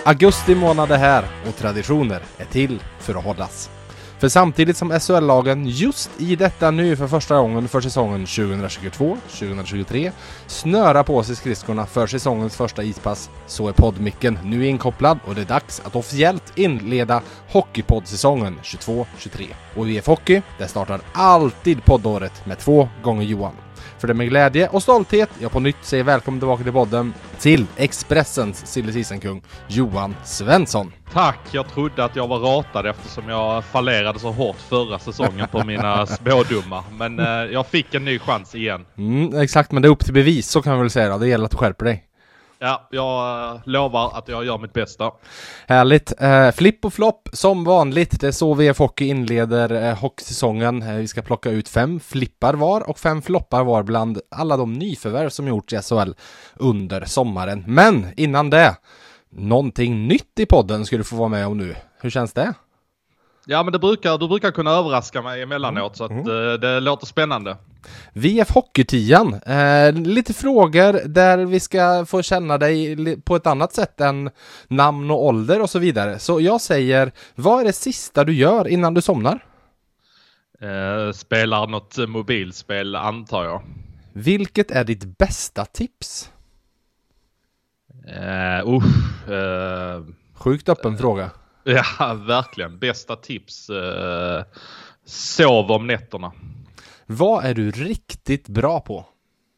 Augusti månad är här och traditioner är till för att hållas. För samtidigt som SHL-lagen just i detta nu för första gången för säsongen 2022-2023 snörar på sig skridskorna för säsongens första ispass, så är poddmicken nu inkopplad och det är dags att officiellt inleda hockeypoddsäsongen 22-23. Och VF Hockey, det startar alltid poddåret med 2 gånger Johan. För det med glädje och stolthet jag på nytt säger välkommen tillbaka till podden till Expressens silly season-kung Johan Svensson. Tack, jag trodde att jag var ratad eftersom jag fallerade så hårt förra säsongen på mina spådomar. Men jag fick en ny chans igen. Exakt, men det är upp till bevis, så kan man väl säga då. Det gäller att du skärper dig. Ja, jag lovar att jag gör mitt bästa. Härligt. Flipp och flopp som vanligt. Det är så VF Hockey inleder hockeysäsongen. Vi ska plocka ut 5 flippar var och 5 floppar var bland alla de nyförvärv som gjorts i SHL under sommaren. Men innan det, någonting nytt i podden ska du få vara med om nu. Hur känns det? Ja, men du brukar kunna överraska mig emellanåt så att det låter spännande. VF Hockey-tian. Lite frågor där vi ska få känna dig på ett annat sätt än namn och ålder och så vidare. Så jag säger, vad är det sista du gör innan du somnar? Spelar något mobilspel antar jag. Vilket är ditt bästa tips? Sjukt öppen fråga. Ja, verkligen. Bästa tips. Sov om nätterna. Vad är du riktigt bra på?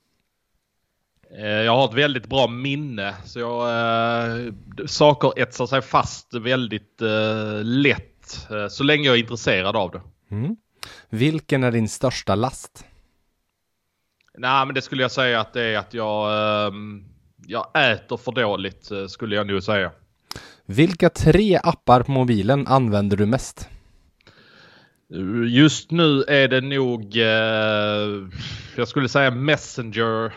Jag har ett väldigt bra minne. Så saker etsar sig fast väldigt lätt. Så länge jag är intresserad av det. Vilken är din största last? Nej, men det skulle jag säga att det är att jag äter för dåligt, skulle jag nog säga. Vilka 3 appar på mobilen använder du mest? Just nu är det nog, jag skulle säga Messenger,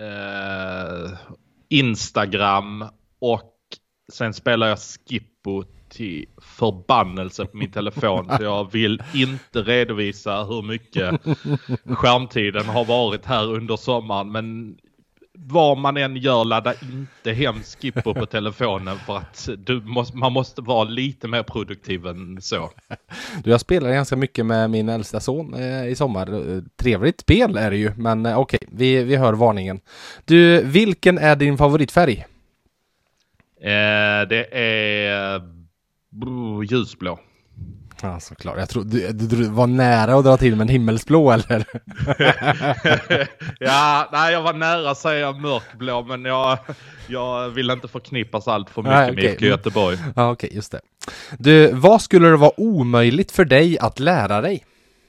Instagram och sen spelar jag Skippo till förbannelse på min telefon. Så jag vill inte redovisa hur mycket skärmtiden har varit här under sommaren. Men vad man än gör, ladda inte hem Skippo på telefonen för att man måste vara lite mer produktiv än så. Jag spelar ganska mycket med min äldsta son i sommar. Trevligt spel är det ju, men okej, vi hör varningen. Du, vilken är din favoritfärg? Det är ljusblå. Ja, såklart. Jag tror du var nära att dra till med en himmelsblå, eller? Ja, nej, jag var nära att säga mörkblå, men jag vill inte förknippas allt för mycket med IFK Göteborg. Ja, okej, just det. Du, vad skulle det vara omöjligt för dig att lära dig?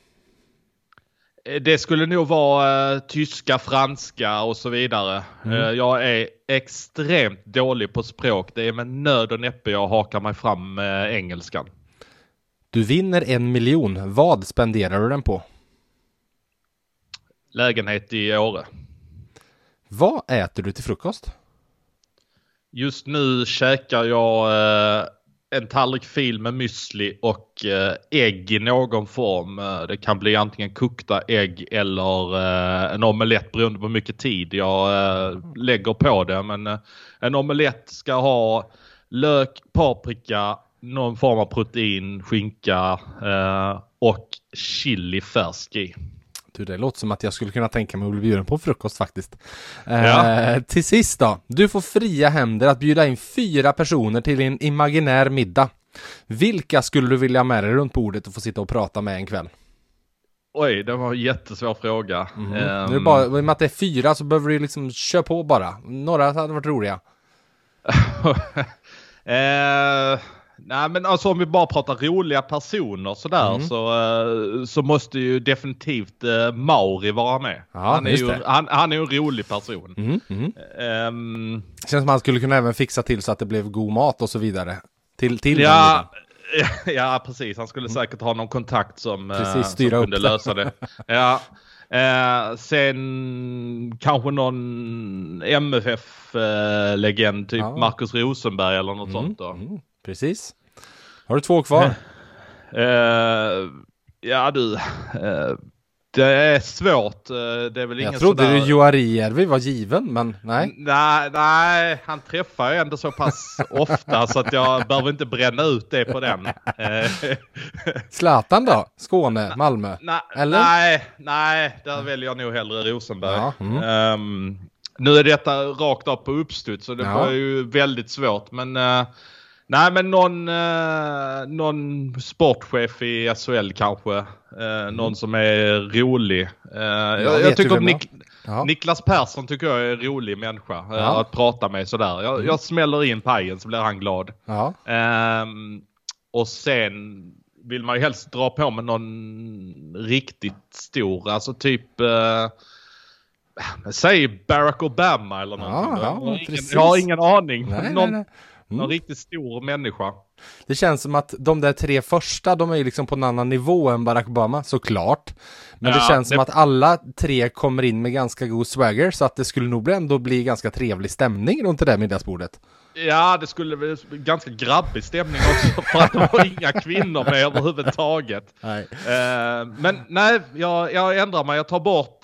Det skulle nog vara tyska, franska och så vidare. Jag är extremt dålig på språk. Det är med nöd och näppe jag hakar mig fram med engelskan. Du vinner 1 miljon. Vad spenderar du den på? Lägenhet i Åre. Vad äter du till frukost? Just nu käkar jag en tallrik fil med müsli och ägg i någon form. Det kan bli antingen kokta ägg eller en omelett beroende på hur mycket tid jag lägger på det. Men en omelett ska ha lök, paprika, någon form av protein, skinka och chili färsk i. Du, det låter som att jag skulle kunna tänka mig att bli bjuden på frukost faktiskt. Ja. Till sist då. Du får fria händer att bjuda in 4 personer till en imaginär middag. Vilka skulle du vilja med dig runt bordet och få sitta och prata med en kväll? Oj, det var en jättesvår fråga. Nu är bara, med att det är 4 så behöver du liksom köra på bara. Några hade varit roliga. Nej, men alltså om vi bara pratar roliga personer sådär så måste ju definitivt Mauri vara med. Ja, han är ju en rolig person. Känns som han skulle kunna även fixa till så att det blev god mat och så vidare. Ja, precis. Han skulle säkert ha någon kontakt som kunde lösa det. Ja. Sen kanske någon MFF-legend typ Marcus Rosenberg eller något sånt då. Precis. Har du 2 kvar? Ja du, Det är svårt. Det är väl ingen jag trodde sådär... Juari var given, men nej. Nej, han träffar ju ändå så pass ofta så att jag behöver inte bränna ut det på den. Zlatan då? Skåne, Malmö? Eller? Nej, där väljer jag nog hellre Rosenberg. Ja, nu är detta rakt upp på uppstuds så det var ju väldigt svårt. Men nej, men någon sportchef i SHL kanske. Någon som är rolig. Jag tycker Niklas Persson tycker jag är en rolig människa att prata med sådär. Jag smäller in pajen så blir han glad. Ja. Och sen vill man ju helst dra på med någon riktigt stor. Alltså typ... säg Barack Obama eller någonting. Jag har ingen aning. Nej. Någon riktigt stor människa. Det känns som att de där 3 första, de är ju liksom på en annan nivå än Barack Obama, såklart. Men det känns som att alla 3 kommer in med ganska god swagger, så att det skulle nog ändå bli ganska trevlig stämning runt det där middagsbordet. Ja, det skulle bli ganska grabbig stämning också för att det var inga kvinnor med överhuvudtaget. Nej. Men nej, jag ändrar mig. Jag tar bort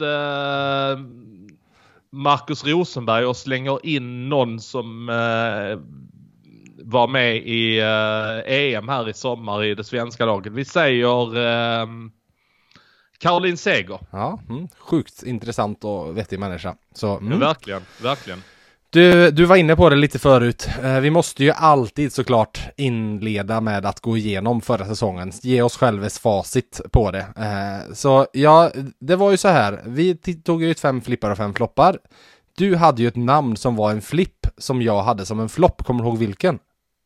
Marcus Rosenberg och slänger in någon som var med i EM här i sommar i det svenska laget. Vi säger Caroline Seger. Ja, sjukt intressant och vettig människa. Så, ja, verkligen. Du var inne på det lite förut. Vi måste ju alltid såklart inleda med att gå igenom förra säsongen. Ge oss själva ett facit på det. Så ja, det var ju så här. Vi tog ut 5 flippar och 5 floppar. Du hade ju ett namn som var en flipp som jag hade som en flopp. Kommer du ihåg vilken?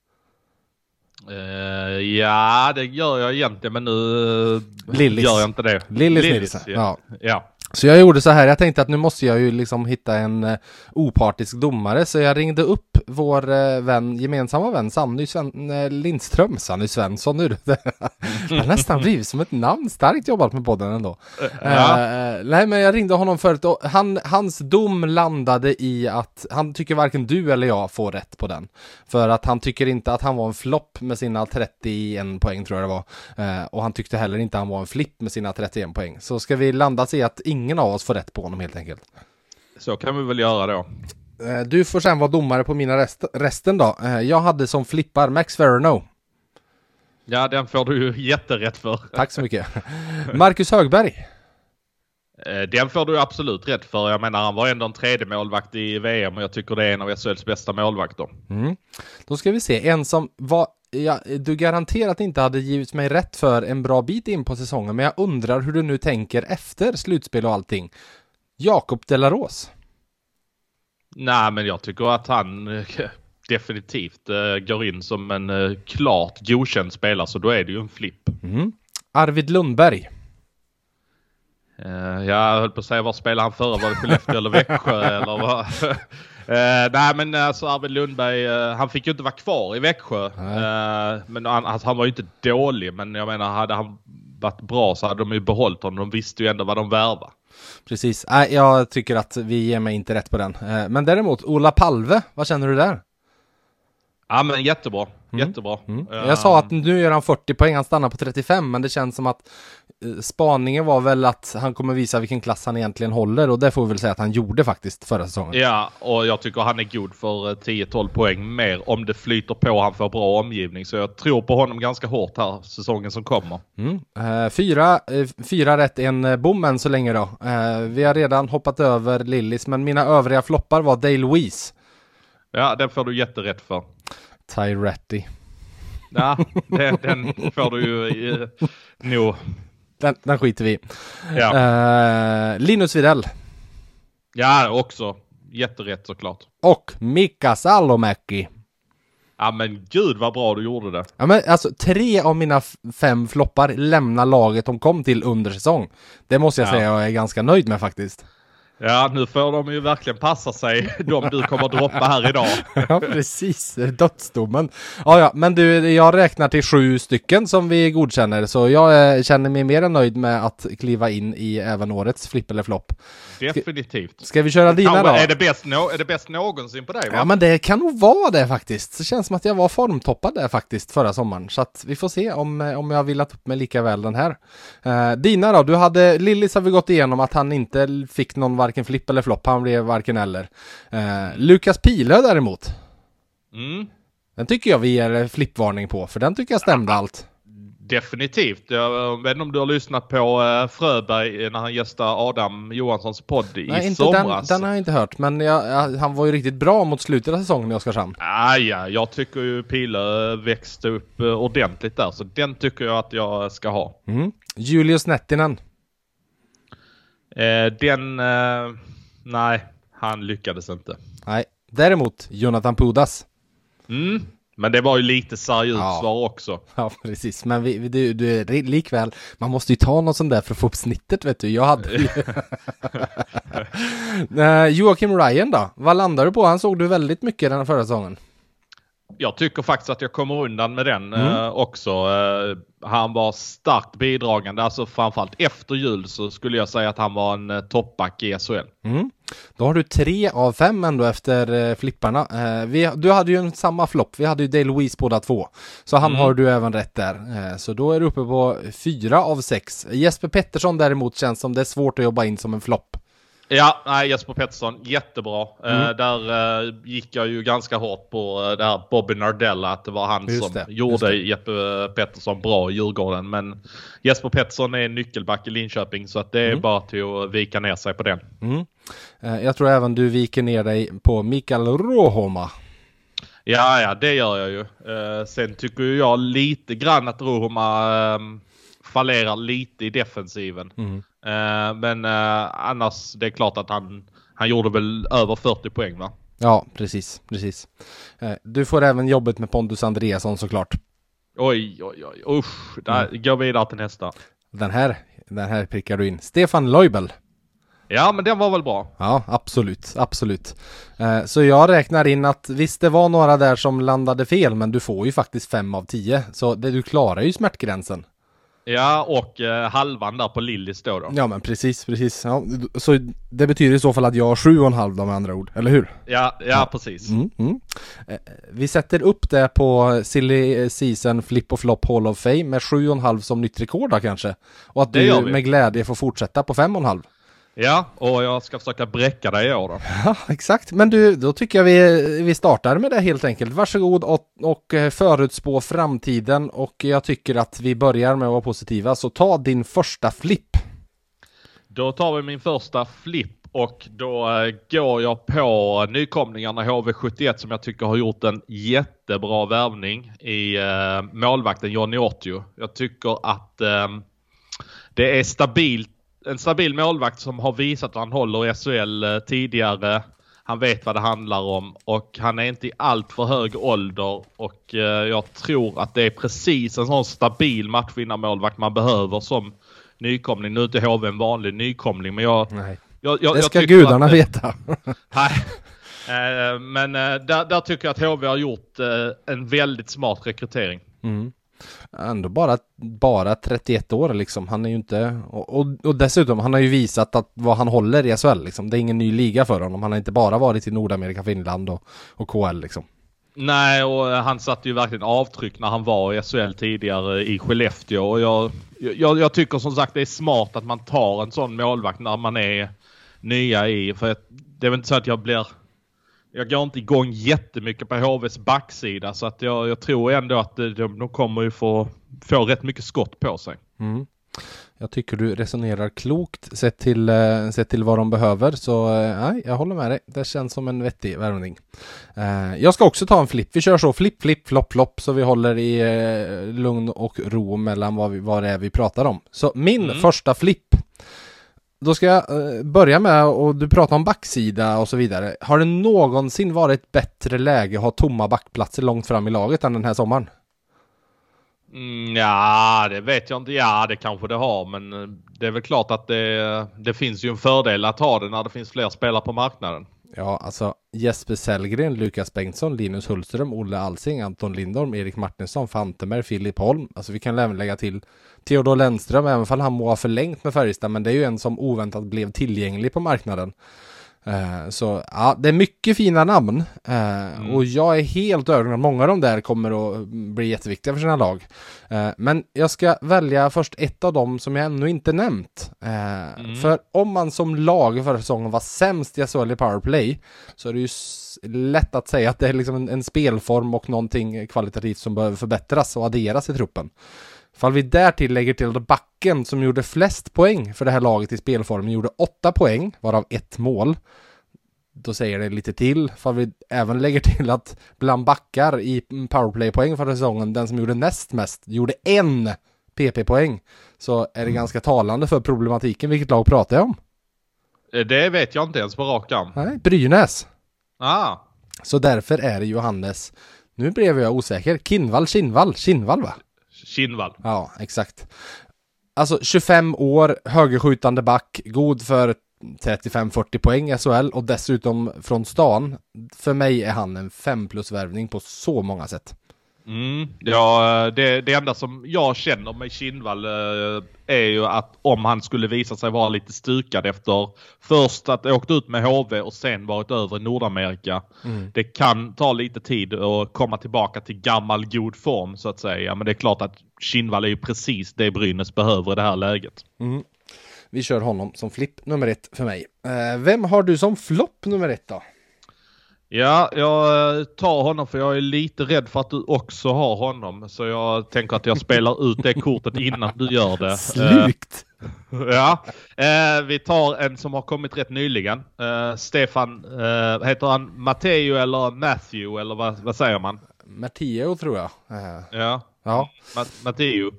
Ja, det gör jag egentligen, men nu Lillis. Gör jag inte det. Lillis. Ja. Så jag gjorde så här, jag tänkte att nu måste jag ju liksom hitta en opartisk domare, så jag ringde upp vår gemensamma vän Sanny Lindström, Sanny Svensson nu. Det har nästan blivit som ett namn, starkt jobbat med podden ändå. Nej, men jag ringde honom förut och hans dom landade i att han tycker varken du eller jag får rätt på den. För att han tycker inte att han var en flopp med sina 31 poäng tror jag det var. Och han tyckte heller inte att han var en flipp med sina 31 poäng. Så ska vi landa i att ingen av oss får rätt på honom helt enkelt. Så kan vi väl göra då. Du får sen vara domare på mina resten då. Jag hade som flippar Max Verno. Ja, den får du ju jätterätt för. Tack så mycket. Marcus Högberg. Den får du absolut rätt för. Jag menar, han var ändå en 3:e målvakt i VM och jag tycker det är en av SHLs bästa målvakter. Då ska vi se. En som var... du garanterat inte hade givit mig rätt för en bra bit in på säsongen, men jag undrar hur du nu tänker efter slutspel och allting. Jakob Delaros. Nej, men jag tycker att han definitivt går in som en klart godkänd spelare, så då är det ju en flipp. Arvid Lundberg. Jag höll på att säga, var spelade han förra? Var det Skellefteå eller Växjö eller vad? Nej, men alltså Arvid Lundberg, han fick ju inte vara kvar i Växjö. Men han var ju inte dålig, men jag menar, hade han varit bra så hade de ju behållit honom. De visste ju ändå vad de värvar. Precis, jag tycker att vi ger mig inte rätt på den. Men däremot, Ola Palve, vad känner du där? Ja, men jättebra. Jättebra. Jag sa att nu gör han 40 poäng, han stannar på 35, men det känns som att spaningen var väl att han kommer visa vilken klass han egentligen håller, och det får vi väl säga att han gjorde faktiskt förra säsongen. Ja, och jag tycker han är god för 10-12 poäng mer om det flyter på, han får bra omgivning, så jag tror på honom ganska hårt här säsongen som kommer. 4 rätt, en bom än så länge då. Vi har redan hoppat över Lillis, men mina övriga floppar var Dale Weiss. Ja, den får du jätterätt för. Tyretti. Ja, den får du ju nog. Den skiter vi. Ja. Linus Widell. Ja, också. Jätterätt såklart. Och Mika Salomäki. Ja, men gud vad bra du gjorde det. Ja, men alltså 3 av mina 5 floppar lämnar laget de kom till under säsong. Det måste jag säga jag är ganska nöjd med faktiskt. Ja, nu får de ju verkligen passa sig, de du kommer att droppa här idag. Ja, precis. Dödsdomen. Ja, men du, jag räknar till 7 stycken som vi godkänner, så jag känner mig mer än nöjd med att kliva in i även årets flipp eller flopp. Definitivt. Ska vi köra dina då? Är det bäst någonsin på dig, va? Ja, men det kan nog vara det faktiskt. Det känns som att jag var formtoppad där faktiskt förra sommaren. Så att vi får se om jag har villat upp mig lika väl den här. Dina då? Du hade Lillis, har vi gått igenom att han inte fick någon varken flipp eller flopp. Han blev varken eller. Lukas Pilö däremot. Den tycker jag vi ger flippvarning på. För den tycker jag stämde allt. Definitivt. Jag vet inte om du har lyssnat på Fröberg när han gästade Adam Johanssons podd i somras. Den har jag inte hört, men han var ju riktigt bra mot slutet av säsongen i Oskarshamn. Ja, jag tycker ju Pilö växte upp ordentligt där, så den tycker jag att jag ska ha. Julius Nettinen. Nej, han lyckades inte. Nej, däremot Jonathan Pudas. Men det var ju lite seriöst svar också. Ja, precis. Men du är likväl, man måste ju ta något sånt där för att få upp snittet, vet du. Jag hade Joakim Ryan då? Vad landar du på? Han såg du väldigt mycket den förra säsongen. Jag tycker faktiskt att jag kommer undan med den också. Han var starkt bidragande. Alltså framförallt efter jul så skulle jag säga att han var en toppback i SHL. Då har du 3 av 5 ändå efter flipparna. Du hade ju samma flopp. Vi hade ju Dale Louise båda 2. Så han har du även rätt där. Så då är du uppe på 4 av 6. Jesper Pettersson däremot känns som det är svårt att jobba in som en flopp. Ja, nej, Jesper Pettersson, jättebra. Där gick jag ju ganska hårt på det här Bobby Nardella, att det var han gjorde Jesper Pettersson bra i Djurgården. Men Jesper Pettersson är nyckelback i Linköping, så att det är bara till att vika ner sig på den. Jag tror även du viker ner dig på Mikael Rohoma. Ja, det gör jag ju. Sen tycker jag lite grann att Rohoma fallerar lite i defensiven. Men annars, det är klart att han gjorde väl över 40 poäng, va? Ja, precis. Du får även jobbet med Pontus Andreasson såklart. Oj. Usch, går vidare till nästa. Den här prickar du in. Stefan Leubel. Ja, men den var väl bra. Ja, absolut. Så jag räknar in att visst, det var några där som landade fel, men du får ju faktiskt 5 av 10. Så du klarar ju smärtgränsen. Ja, och halvan där på Lillis då. Ja, men precis. Ja, så det betyder i så fall att jag har 7,5 med andra ord, eller hur? Ja, precis. Vi sätter upp det på Silly Season Flip och Flop Hall of Fame med 7,5 som nytt rekord då, kanske. Och att du med glädje får fortsätta på 5,5. Ja, och jag ska försöka bräcka dig i år då. Ja, exakt. Men du, då tycker jag vi startar med det helt enkelt. Varsågod och förutspå framtiden. Och jag tycker att vi börjar med att vara positiva. Så ta din första flipp. Då tar vi min första flipp. Och då går jag på nykomlingarna HV71 som jag tycker har gjort en jättebra värvning i målvakten Johnny Ottio. Jag tycker att det är en stabil målvakt som har visat att han håller i SHL tidigare. Han vet vad det handlar om och han är inte i allt för hög ålder. Och jag tror att det är precis en sån stabil matchvinnarmålvakt man behöver som nykomling. Nu är inte HV en vanlig nykomling, men det ska gudarna veta. Nej. Men där tycker jag att HV har gjort en väldigt smart rekrytering. Ändå bara 31 år liksom. Han är ju inte och dessutom han har ju visat att vad han håller i SHL liksom. Det är ingen ny liga för honom. Han har inte bara varit i Nordamerika, Finland och KL liksom. Nej, och han satte ju verkligen avtryck när han var i SHL tidigare i Skellefteå. Och jag tycker som sagt det är smart att man tar en sån målvakt när man är nya i. För det är väl inte så att jag går inte igång jättemycket på HVs backsida, så att jag tror ändå att de kommer ju få rätt mycket skott på sig. Jag tycker du resonerar klokt sett till vad de behöver, så nej, jag håller med dig. Det känns som en vettig värvning. Jag ska också ta en flipp. Vi kör så flipp, flopp, så vi håller i lugn och ro mellan vad det är vi pratar om. Så min första flipp. Då ska jag börja med, och du pratar om backsida och så vidare. Har det någonsin varit bättre läge att ha tomma backplatser långt fram i laget än den här sommaren? Ja, det vet jag inte. Ja, det kanske det har, men det är väl klart att det finns ju en fördel att ha det när det finns fler spelare på marknaden. Ja, alltså Jesper Sellgren, Lukas Bengtsson, Linus Hultström, Olle Alsing, Anton Lindholm, Erik Martinsson, Fantemer, Filip Holm. Alltså vi kan även lägga till Theodor Lennström, även om han må ha förlängt med Färjestad, men det är ju en som oväntat blev tillgänglig på marknaden. Så ja, det är mycket fina namn och jag är helt övertygad att många av dem där kommer att bli jätteviktiga för sina lag. Men jag ska välja först ett av dem som jag ännu inte nämnt. För om man som lag förra säsongen var sämst i SHL i powerplay, så är det ju lätt att säga att det är liksom en spelform och någonting kvalitativt som behöver förbättras och adderas i truppen. Fall vi därtill lägger till backen som gjorde flest poäng för det här laget i spelformen, gjorde 8 poäng, varav 1 mål. Då säger det lite till. Fall vi även lägger till att bland backar i powerplay-poäng för säsongen, den som gjorde näst mest, gjorde 1 PP-poäng. Så är det ganska talande för problematiken. Vilket lag pratar jag om? Det vet jag inte ens på rak arm. Nej, Brynäs. Ah. Så därför är det Johannes, nu blev jag osäker, Kinnvall va? Kinnvall. Ja, exakt. Alltså 25 år, högerskjutande back, god för 35-40 poäng i SHL och dessutom från stan. För mig är han en 5+-värvning på så många sätt. Ja, det enda som jag känner med Kinnvall är ju att om han skulle visa sig vara lite stukad efter först att åkt ut med HV och sen varit över i Nordamerika. Det kan ta lite tid att komma tillbaka till gammal god form så att säga. Men det är klart att Kinnvall är ju precis det Brynäs behöver i det här läget. Vi kör honom som flipp nummer 1 för mig. Vem har du som flopp nummer 1 då? Ja, jag tar honom för jag är lite rädd för att du också har honom. Så jag tänker att jag spelar ut det kortet innan du gör det. Slukt! Ja, vi tar en som har kommit rätt nyligen. Stefan, heter han Matteo eller Matthew eller vad säger man? Matteo tror jag. Ja. Matteo.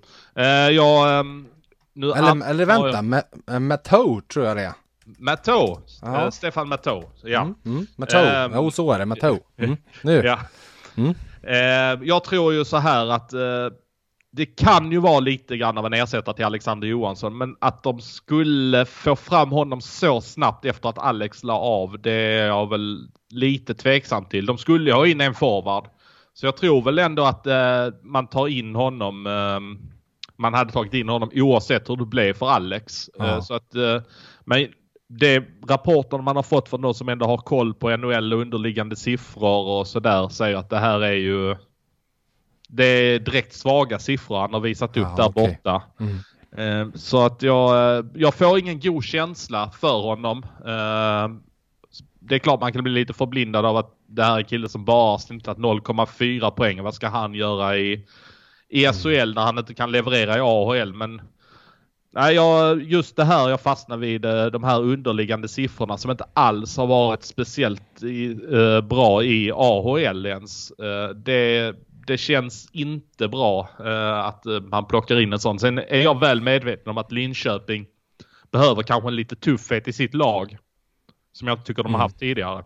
Eller vänta, Matteau tror jag det är. Matteau, Stefan Matteau. Ja. Matteau, så är det, Matteau. Nu. Ja. Jag tror ju så här att det kan ju vara lite grann av en ersättare till Alexander Johansson, men att de skulle få fram honom så snabbt efter att Alex la av, det är jag väl lite tveksam till. De skulle ha in en forward, så jag tror väl ändå att man tar in honom. Man hade tagit in honom oavsett hur det blev för Alex. Så att, men det rapporten man har fått från de som ändå har koll på NHL och underliggande siffror och sådär säger att det här är ju, det är direkt svaga siffror han har visat upp där borta. Så att jag får ingen god känsla för honom. Det är klart man kan bli lite förblindad av att det här är en kille som bara har snittat 0,4 poäng. Vad ska han göra i SHL när han inte kan leverera i AHL? Men nej, just det här jag fastnar vid de här underliggande siffrorna som inte alls har varit speciellt bra i AHL ens. Det känns inte bra att man plockar in en sån. Sen är jag väl medveten om att Linköping behöver kanske en lite tuffhet i sitt lag som jag tycker de har haft tidigare.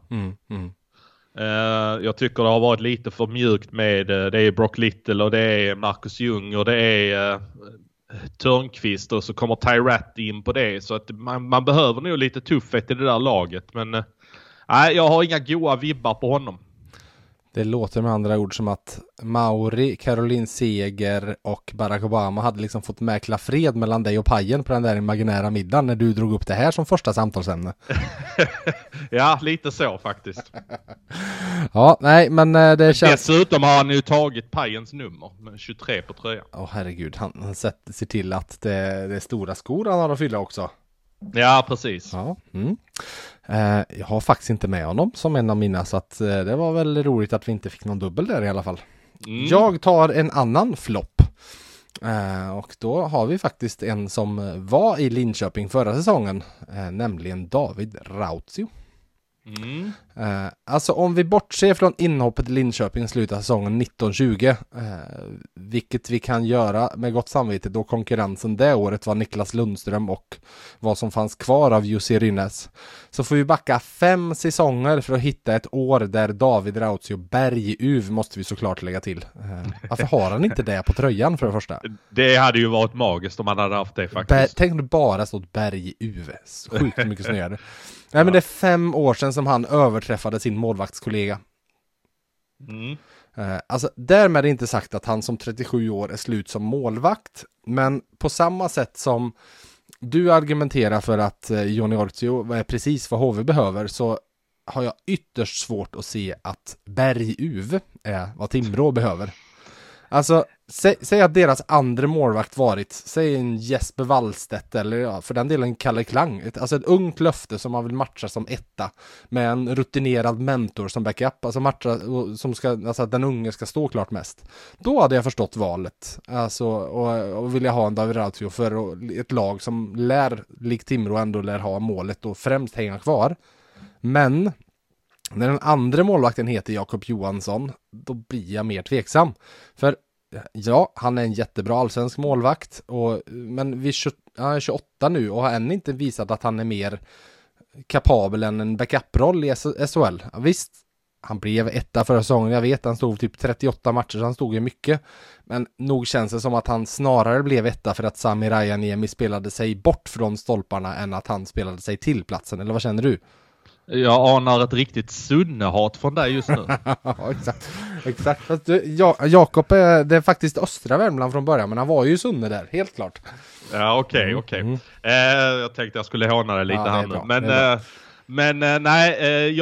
Jag tycker det har varit lite för mjukt med det är Brock Little och det är Marcus Ljung och det är Törnqvist och så kommer Ty Ratt in på det, så att man behöver nog lite tuffhet i det där laget, men nej, jag har inga goda vibbar på honom. Det låter med andra ord som att Mauri, Caroline Seger och Barack Obama hade liksom fått mäkla fred mellan dig och Pajen på den där imaginära middagen när du drog upp det här som första samtalsämne. Ja, lite så faktiskt. Ja, nej, men det känns... Dessutom har han ju tagit Pajens nummer med 23 på tröjan. Herregud, han ser till att det är stora skor han har att fylla också. Ja, precis. Ja. Jag har faktiskt inte med honom som en av mina, så att det var väl roligt att vi inte fick någon dubbel där i alla fall. Jag tar en annan flopp. Och då har vi faktiskt en som var i Linköping förra säsongen, nämligen David Rautio. Alltså om vi bortser från inhoppet i Linköping i slutet av säsongen 1920, vilket vi kan göra med gott samvete då konkurrensen det året var Niklas Lundström och vad som fanns kvar av Jussi Rynäs, så får vi backa 5 säsonger för att hitta ett år där David Rautio Berguv måste vi såklart lägga till. Varför har han inte det på tröjan för det första? Det hade ju varit magiskt om han hade haft det faktiskt. Tänk om det bara stått Berguv, sjukt mycket snöre. Nej, men det är 5 år sedan som han överträffade sin målvaktskollega. Alltså därmed är inte sagt att han som 37 år är slut som målvakt, men på samma sätt som du argumenterar för att Johnny Ortio är precis vad HV behöver, så har jag ytterst svårt att se att Berguv är vad Timrå behöver. Alltså, säg att deras andra målvakt varit, säg en Jesper Wallstedt eller för den delen Kalle Klang. Alltså ett ungt löfte som man vill matcha som etta med en rutinerad mentor som backup. Alltså matcha som ska, alltså att den unge ska stå klart mest. Då hade jag förstått valet. Alltså, och vill jag ha en David Rautio för ett lag som likt Timrå ändå lär ha målet och främst hänga kvar. Men när den andra målvakten heter Jakob Johansson, då blir jag mer tveksam. För ja, han är en jättebra allsvensk målvakt, men han är 28 nu och har än inte visat att han är mer kapabel än en backup-roll i SHL. Ja, visst, han blev etta förra säsongen, jag vet, han stod typ 38 matcher, så han stod ju mycket. Men nog känns det som att han snarare blev etta för att Sami Rajaniemi spelade sig bort från stolparna än att han spelade sig till platsen, eller vad känner du? Jag anar ett riktigt Sunne-hat från dig just nu. Ja, exakt. Fast Jakob det är faktiskt östra Värmland från början, men han var ju Sunne där, helt klart. Ja, okej. Jag tänkte jag skulle håna dig lite här nu. Men nej,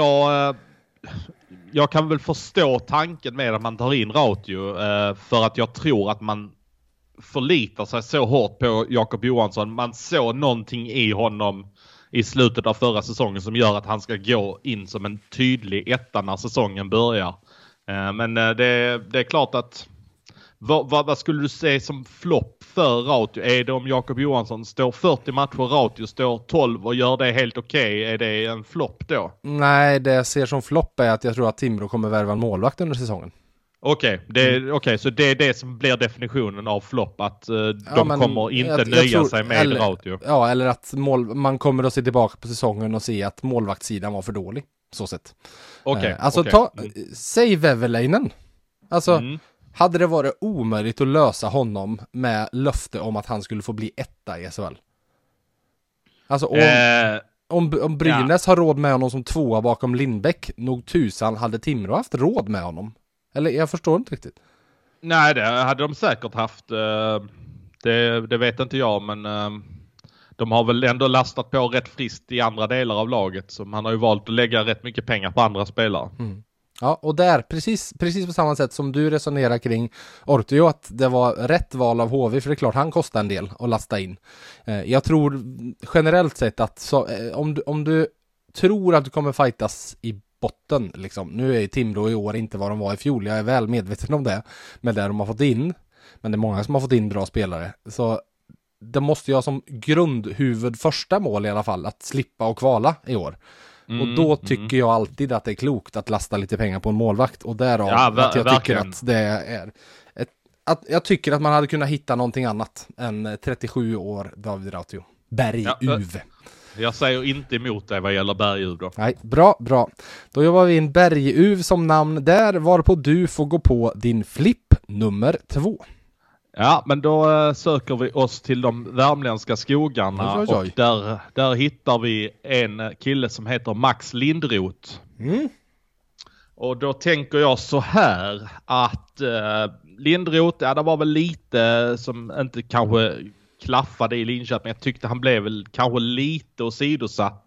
jag kan väl förstå tanken med att man tar in Rautio, för att jag tror att man förlitar sig så hårt på Jakob Johansson. Man såg någonting i honom i slutet av förra säsongen som gör att han ska gå in som en tydlig etta när säsongen börjar. Men det är klart att vad skulle du säga som flopp för Rautio? Är det om Jakob Johansson står 40 matcher, Rautio står 12 och gör det helt okej? Är det en flopp då? Nej, det jag ser som flopp är att jag tror att Timrå kommer värva en målvakt under säsongen. Okej, så det är det som blir definitionen av flopp, att kommer inte nöja sig med Rautio. Ja, eller att man kommer att se tillbaka på säsongen och se att målvaktssidan var för dålig, så sett. Säg Väverleinen. Alltså, hade det varit omöjligt att lösa honom med löfte om att han skulle få bli etta i SHL? Alltså, om Brynäs har råd med honom som tvåa bakom Lindbäck, nog tusan hade Timrå haft råd med honom. Eller jag förstår inte riktigt. Nej, det hade de säkert haft. Det vet inte jag, men de har väl ändå lastat på rätt friskt i andra delar av laget. Så man har ju valt att lägga rätt mycket pengar på andra spelare. Ja, och där, precis på samma sätt som du resonerar kring Ortio, att det var rätt val av HV, för det är klart han kostar en del att lasta in. Jag tror generellt sett att om du tror att du kommer fightas i botten, liksom. Nu är Timrå i år inte vad de var i fjol, jag är väl medveten om det, med det de har fått in, men det är många som har fått in bra spelare, så det måste jag som grundhuvud första mål i alla fall, att slippa och kvala i år. Och då tycker jag alltid att det är klokt att lasta lite pengar på en målvakt, och därav att jag tycker att det är jag tycker att man hade kunnat hitta någonting annat än 37 år David Rautio Berguv. Jag säger inte emot dig vad gäller Berguv då. Nej, bra. Då jobbar vi in Berguv som namn där, varpå du får gå på din flipp nummer 2. Ja, men då söker vi oss till de värmländska skogarna. Oj. Och där hittar vi en kille som heter Max Lindroth. Och då tänker jag så här att Lindroth, det var väl lite som inte kanske klaffade i Linköping. Jag tyckte han blev väl kanske lite åsidosatt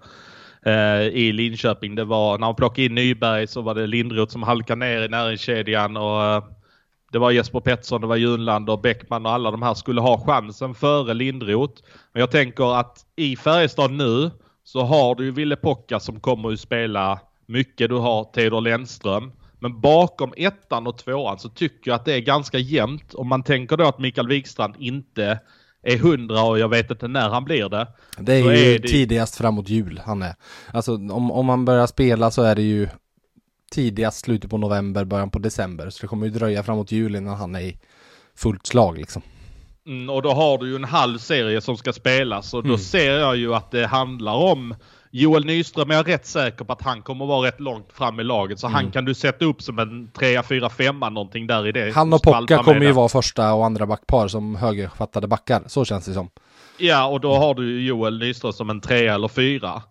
i Linköping. Det var när han plockade in Nyberg, så var det Lindroth som halkade ner i näringskedjan, och det var Jesper Pettersson, det var Junland och Bäckman och alla de här skulle ha chansen före Lindroth. Men jag tänker att i Färjestad nu så har du ju Ville Pocka som kommer att spela mycket. Du har Theodor Lennström. Men bakom ettan och tvåan så tycker jag att det är ganska jämnt. Om man tänker då att Mikael Wikstrand inte är 100 och jag vet inte när han blir det. Det är ju tidigast framåt jul han är. Alltså om man börjar spela så är det ju tidigast slutet på november, början på december. Så det kommer ju dröja framåt jul innan han är i fullt slag liksom. Och då har du ju en halv serie som ska spelas och då ser jag ju att det handlar om Joel Nyström. Är jag rätt säker på att han kommer vara rätt långt fram i laget, så han kan du sätta upp som en 3, 4, 5 någonting där i det. Han och Pocka kommer ju vara första och andra backpar som högerfattade backar, så känns det som. Ja, och då har du Joel Nyström som en 3 eller 4.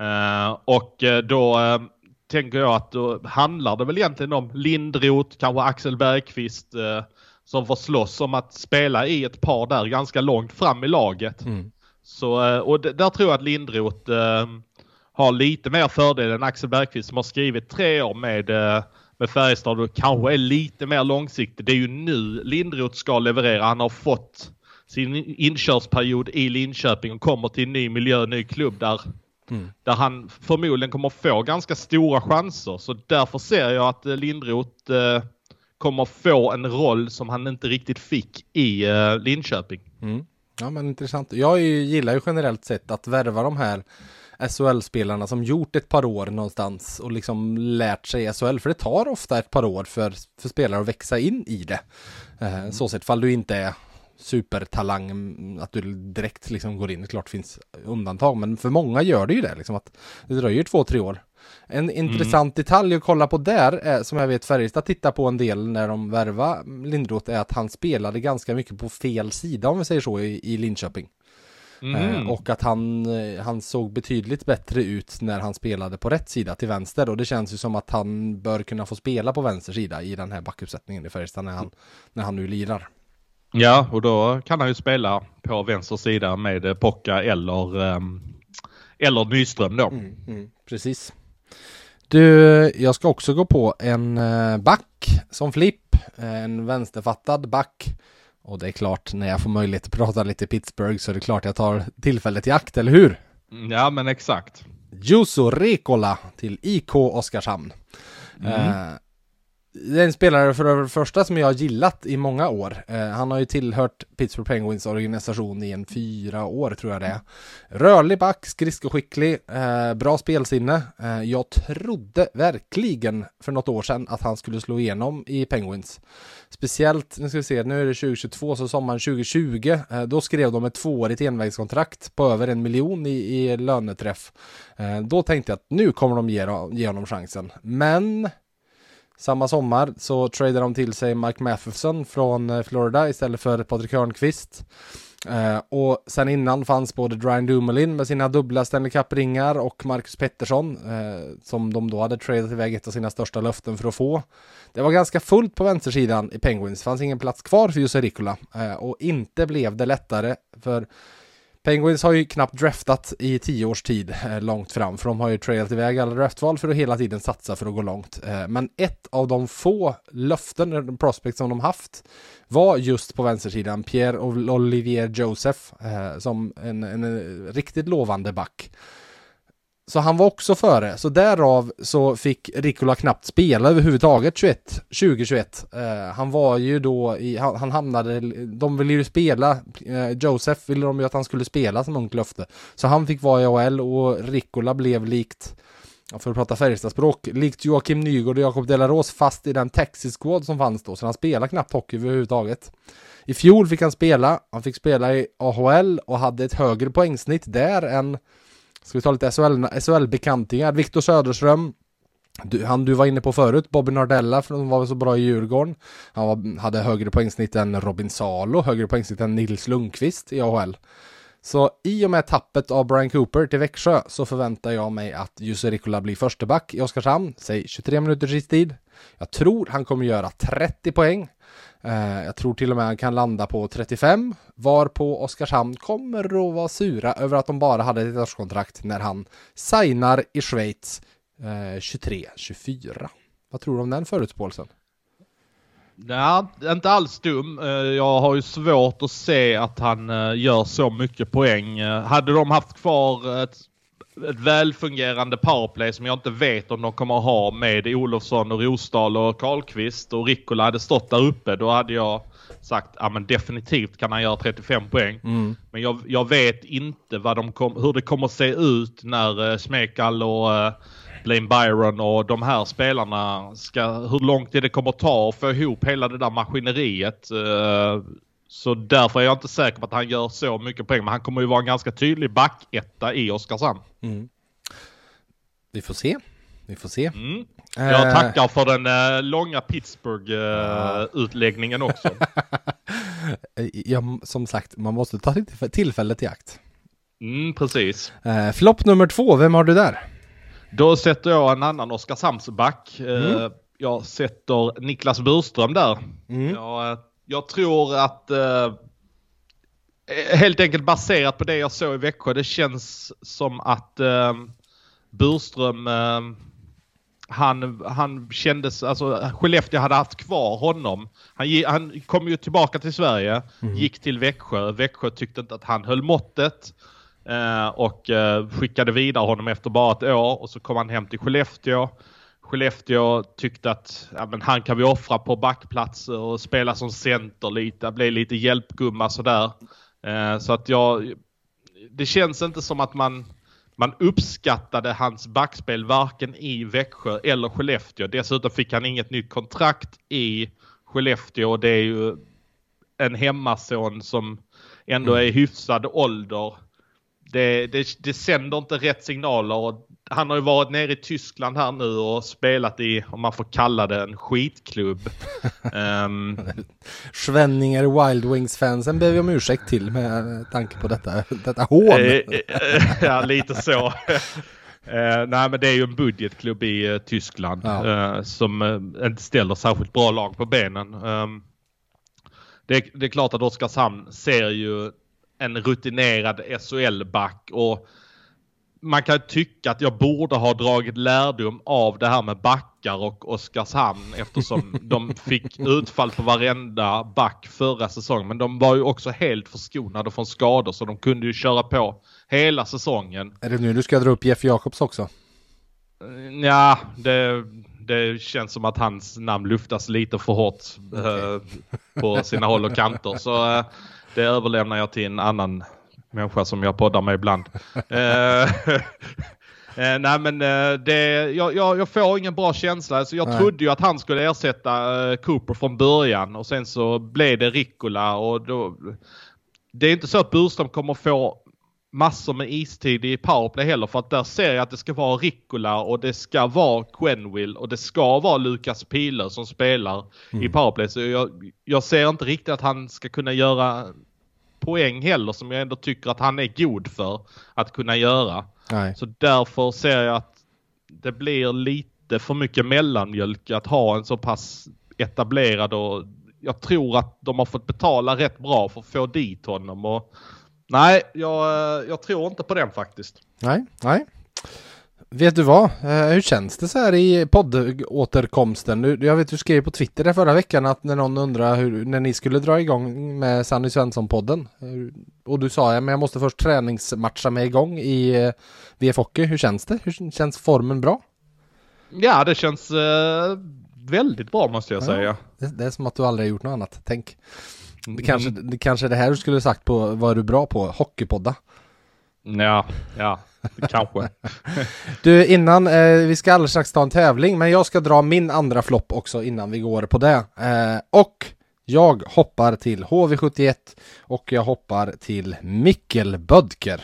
Och då tänker jag att då handlar det väl egentligen om Lindroth, kanske Axel Bergqvist som får slåss om att spela i ett par där ganska långt fram i laget. Så, och där tror jag att Lindroth har lite mer fördel än Axel Bergqvist som har skrivit 3 år med Färjestad och kanske är lite mer långsiktig. Det är ju nu Lindroth ska leverera. Han har fått sin inkörsperiod i Linköping och kommer till en ny miljö, ny klubb där han förmodligen kommer få ganska stora chanser. Så därför ser jag att Lindroth kommer få en roll som han inte riktigt fick i Linköping. Ja, men intressant. Jag gillar ju generellt sett att värva de här SHL-spelarna som gjort ett par år någonstans och liksom lärt sig SHL, för det tar ofta ett par år för spelare att växa in i det. Så sett, fall du inte är supertalang att du direkt liksom går in. Det klart finns undantag, men för många gör det ju det liksom, att det dröjer 2-3 år. En intressant detalj att kolla på där är, som jag vet Färjestad tittar på en del när de värvar Lindroth, är att han spelade ganska mycket på fel sida, om vi säger så, i Linköping. Och att han såg betydligt bättre ut när han spelade på rätt sida till vänster, och det känns ju som att han bör kunna få spela på vänster sida i den här backuppsättningen i Färjestad när han nu lirar. Ja, och då kan han ju spela på vänster sida med Pocka eller Nyström då. Precis. Du, jag ska också gå på en back som flipp, en vänsterfattad back. Och det är klart, när jag får möjlighet att prata lite Pittsburgh så är det klart jag tar tillfället i akt, eller hur? Ja, men exakt. Juuso Riikola till IK Oskarshamn. Det är en spelare för det första som jag har gillat i många år. Han har ju tillhört Pittsburgh Penguins organisation i 4 år tror jag det är. Rörlig back, skridskoskicklig, bra spelsinne. Jag trodde verkligen för något år sedan att han skulle slå igenom i Penguins. Speciellt, nu ska vi se, nu är det 2022, så sommaren 2020, då skrev de ett 2-årigt envägskontrakt på över 1 miljon i löneträff. Då tänkte jag att nu kommer de ge honom chansen. Men samma sommar så tradade de till sig Mike Matheson från Florida istället för Patrik Hörnqvist. Och sen innan fanns både Brian Dumoulin med sina dubbla Stanley Cup-ringar och Marcus Pettersson som de då hade tradat iväg ett av sina största löften för att få. Det var ganska fullt på vänstersidan i Penguins. Det fanns ingen plats kvar för Juuso Riikola. Och inte blev det lättare, för Penguins har ju knappt draftat i 10 års tid långt fram, för de har ju tradat iväg alla draftval för att hela tiden satsa för att gå långt. Men ett av de få löften, prospects som de haft, var just på vänstersidan Pierre-Olivier Joseph som en riktigt lovande back. Så han var också före, så därav så fick Riikola knappt spela överhuvudtaget 2021. Han var ju då han hamnade, de ville ju spela, Joseph ville de ju att han skulle spela som ungt löfte. Så han fick vara i AHL, och Riikola blev likt, för att prata Färjestadspråk, likt Joakim Nygård och Jakob Delaros fast i den Texas Squad som fanns då. Så han spelade knappt hockey överhuvudtaget. I fjol fick han fick spela i AHL och hade ett högre poängsnitt där än, ska vi ta lite SHL-bekantingar, Viktor Söderström, du var inne på förut, Bobby Nardella, för de var så bra i Djurgården. Han hade högre poängsnitt än Robin Salo, högre poängsnitt än Nils Lundqvist i AHL. Så i och med tappet av Brian Cooper till Växjö så förväntar jag mig att Juuso Riikola blir försteback i Oskarshamn, säg 23 minuters tid. Jag tror han kommer göra 30 poäng. Jag tror till och med han kan landa på 35, varpå Oskarshamn kommer att vara sura över att de bara hade ett årskontrakt när han signar i Schweiz 23-24. Vad tror du om den förutspåelsen? Nej, inte alls dum. Jag har ju svårt att se att han gör så mycket poäng. Hade de haft kvar ett välfungerande powerplay som jag inte vet om de kommer att ha med Olofsson och Rosdahl och Karlqvist och Rickola hade stått där uppe, då hade jag sagt men definitivt kan han göra 35 poäng. Men jag vet inte hur det kommer att se ut när Smekal och Blaine Byron och de här spelarna hur lång tid det kommer att ta att få ihop hela det där maskineriet. Så därför är jag inte säker på att han gör så mycket poäng. Men han kommer ju vara en ganska tydlig backetta i Oskarshamn. Vi får se. Jag tackar för den långa Pittsburgh-utläggningen också. Ja, som sagt, man måste ta tillfället i akt. Precis. Flopp nummer 2, vem har du där? Då sätter jag en annan Oskarshamnsback. Jag sätter Niklas Burström där. Jag tror att helt enkelt baserat på det jag såg i Växjö, det känns som att Burström han kändes, alltså Skellefteå hade haft kvar honom. Han kom ju tillbaka till Sverige, gick till Växjö. Växjö tyckte inte att han höll måttet och skickade vidare honom efter bara ett år, och så kom han hem till Skellefteå. Skellefteå tyckte att men han kan vi offra på backplats och spela som center lite, bli lite hjälpgumma sådär. Så att det känns inte som att man uppskattade hans backspel varken i Växjö eller Skellefteå. Dessutom fick han inget nytt kontrakt i Skellefteå, och det är ju en hemmason som ändå är hyfsad ålder. Det sänder inte rätt signaler, och han har ju varit nere i Tyskland här nu och spelat i, om man får kalla det, en skitklubb. Schwenninger Wild Wings-fansen ber vi om ursäkt till med tanke på detta hån. Ja, lite så. Nej, men det är ju en budgetklubb i Tyskland som inte ställer särskilt bra lag på benen. Det är klart att Oskarshamn ser ju en rutinerad SHL-back, och man kan tycka att jag borde ha dragit lärdom av det här med backar och Oskarshamn, eftersom de fick utfall på varenda back förra säsongen. Men de var ju också helt förskonade från skador, så de kunde ju köra på hela säsongen. Är det nu du ska dra upp Jeff Jacobs också? Ja, det känns som att hans namn luftas lite för hårt på sina håll och kanter. Så det överlämnar jag till en annan människa som jag poddar med ibland. Nej, men jag får ingen bra känsla. Så jag trodde ju att han skulle ersätta Cooper från början, och sen så blev det Rickola, och då, det är inte så att Burström kommer få massor med istid i powerplay heller, för att där ser jag att det ska vara Rickola och det ska vara Quenneville och det ska vara Lukas Piler som spelar i powerplay. Så jag ser inte riktigt att han ska kunna göra poäng heller, som jag ändå tycker att han är god för att kunna göra. Nej. Så därför ser jag att det blir lite för mycket mellanmjölk att ha en så pass etablerad, och jag tror att de har fått betala rätt bra för att få dit honom, och nej, jag tror inte på den faktiskt. Nej. Vet du vad? Hur känns det så här i poddåterkomsten? Jag vet du skrev på Twitter där förra veckan att när någon undrar när ni skulle dra igång med Sanny Svensson-podden. Och du sa men jag måste först träningsmatcha mig igång i VF Hockey. Hur känns det? Hur känns formen bra? Ja, det känns väldigt bra måste jag säga. Det är som att du aldrig har gjort något annat. Tänk. Det kanske är det här du skulle sagt på vad är du bra på? Hockeypodda. Ja, kanske. Du, innan vi ska alldeles strax ta en tävling, men jag ska dra min andra flopp också innan vi går på det. Och jag hoppar till HV71 och jag hoppar till Mikkel Bödker.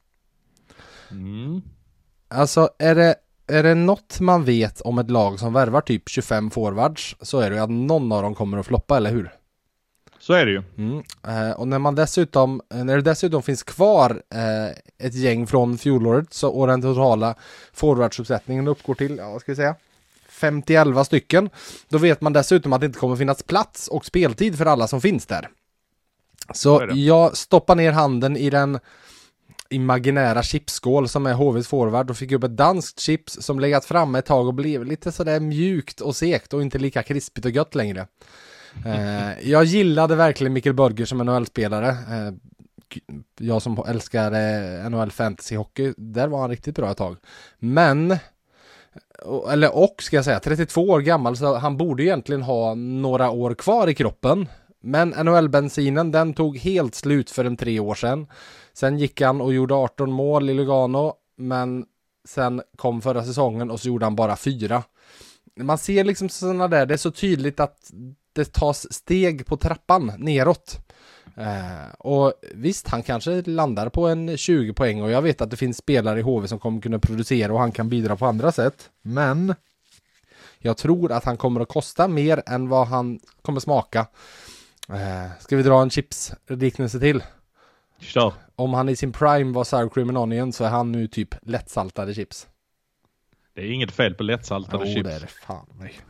Alltså är det något man vet om ett lag som värvar typ 25 forwards, så är det att någon av dem kommer att floppa, eller hur? Så är det ju. Och när det dessutom finns kvar ett gäng från fjolåret, och den totala forwardsuppsättningen uppgår till, vad ska vi säga, 50-11 stycken, då vet man dessutom att det inte kommer finnas plats och speltid för alla som finns där. Så jag stoppar ner handen i den imaginära chipsskål som är HVs forward och fick upp ett danskt chips som legat framme ett tag och blev lite sådär mjukt och sekt och inte lika krispigt och gött längre. Jag gillade verkligen Mikkel Bödker som NHL-spelare. och jag som älskar NHL Fantasy Hockey, där var han riktigt bra ett tag. Men ska jag säga 32 år gammal, så han borde egentligen ha några år kvar i kroppen. Men NHL-bensinen, den tog helt slut för 3 år sedan. Sen gick han och gjorde 18 mål i Lugano, men sen kom förra säsongen och så gjorde han bara 4. Man ser liksom sådana där, det är så tydligt att det tas steg på trappan neråt. Och visst, han kanske landar på en 20 poäng, och jag vet att det finns spelare i HV som kommer kunna producera och han kan bidra på andra sätt. Men jag tror att han kommer att kosta mer än vad han kommer smaka. Ska vi dra en chips-liknelse till? Kör. Om han i sin prime var sour cream and onion, så är han nu typ lättsaltade chips. Det är inget fel på lättsaltade chips. Det är det fan.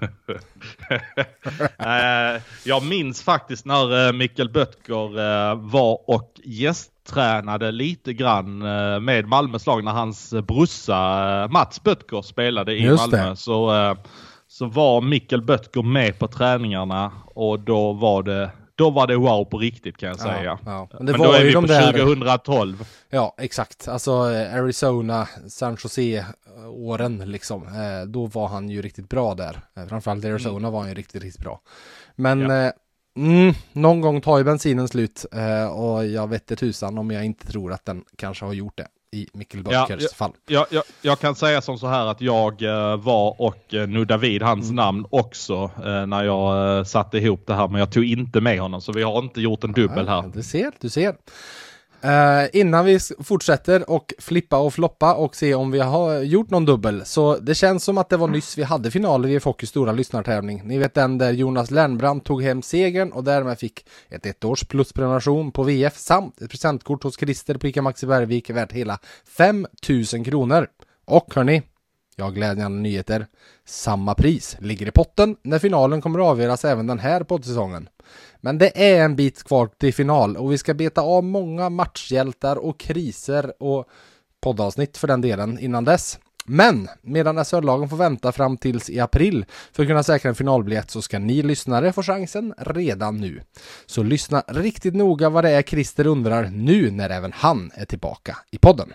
Jag minns faktiskt när Mikael Böttger var och gästtränade lite grann med Malmös lag när hans brorsa Mats Böttger spelade i Just Malmö. det. Så var Mikael Böttger med på träningarna, och då var det wow på riktigt, kan jag säga. Ja. Men det då var är ju vi de på där 2012. Ja, exakt. Alltså Arizona, San Jose-åren liksom. Då var han ju riktigt bra där. Framförallt Arizona var han ju riktigt, riktigt bra. Men någon gång tar ju bensinen slut. Och jag vet inte tusan om jag inte tror att den kanske har gjort det i Mikkel Böttgers fall. Jag kan säga som så här att jag var och nuddade vid hans namn också när jag satte ihop det här. Men jag tog inte med honom, så vi har inte gjort en dubbel här. Du ser. Innan vi fortsätter och flippa och floppa och se om vi har gjort någon dubbel, så det känns som att det var nyss vi hade finaler i Hockeys stora lyssnartävling. Ni vet den där Jonas Lernbrand tog hem segern och därmed fick ett 1-års plusprenumeration på VF samt ett presentkort hos Christer på ICA Maxi Bergvik värt hela 5 000 kronor. Och hörni, jag har glädjande nyheter. Samma pris ligger i potten när finalen kommer att avgöras även den här poddsäsongen. Men det är en bit kvar till final och vi ska beta av många matchhjältar och kriser och poddavsnitt för den delen innan dess. Men medan SHL-lagen får vänta fram tills i april för att kunna säkra en finalbiljett, så ska ni lyssnare få chansen redan nu. Så lyssna riktigt noga vad det är Christer undrar nu när även han är tillbaka i podden.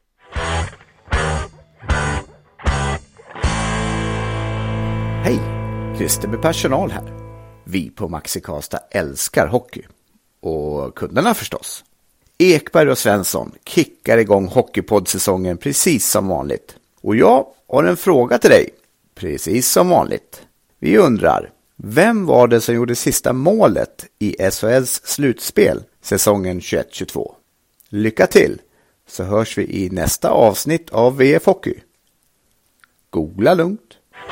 Hej, Christer med personal här. Vi på Maxi Karlstad älskar hockey. Och kunderna förstås. Ekberg och Svensson kickar igång hockeypoddsäsongen precis som vanligt. Och jag har en fråga till dig, precis som vanligt. Vi undrar, vem var det som gjorde sista målet i SHLs slutspel säsongen 21-22? Lycka till, så hörs vi i nästa avsnitt av VF Hockey. Googla lugnt.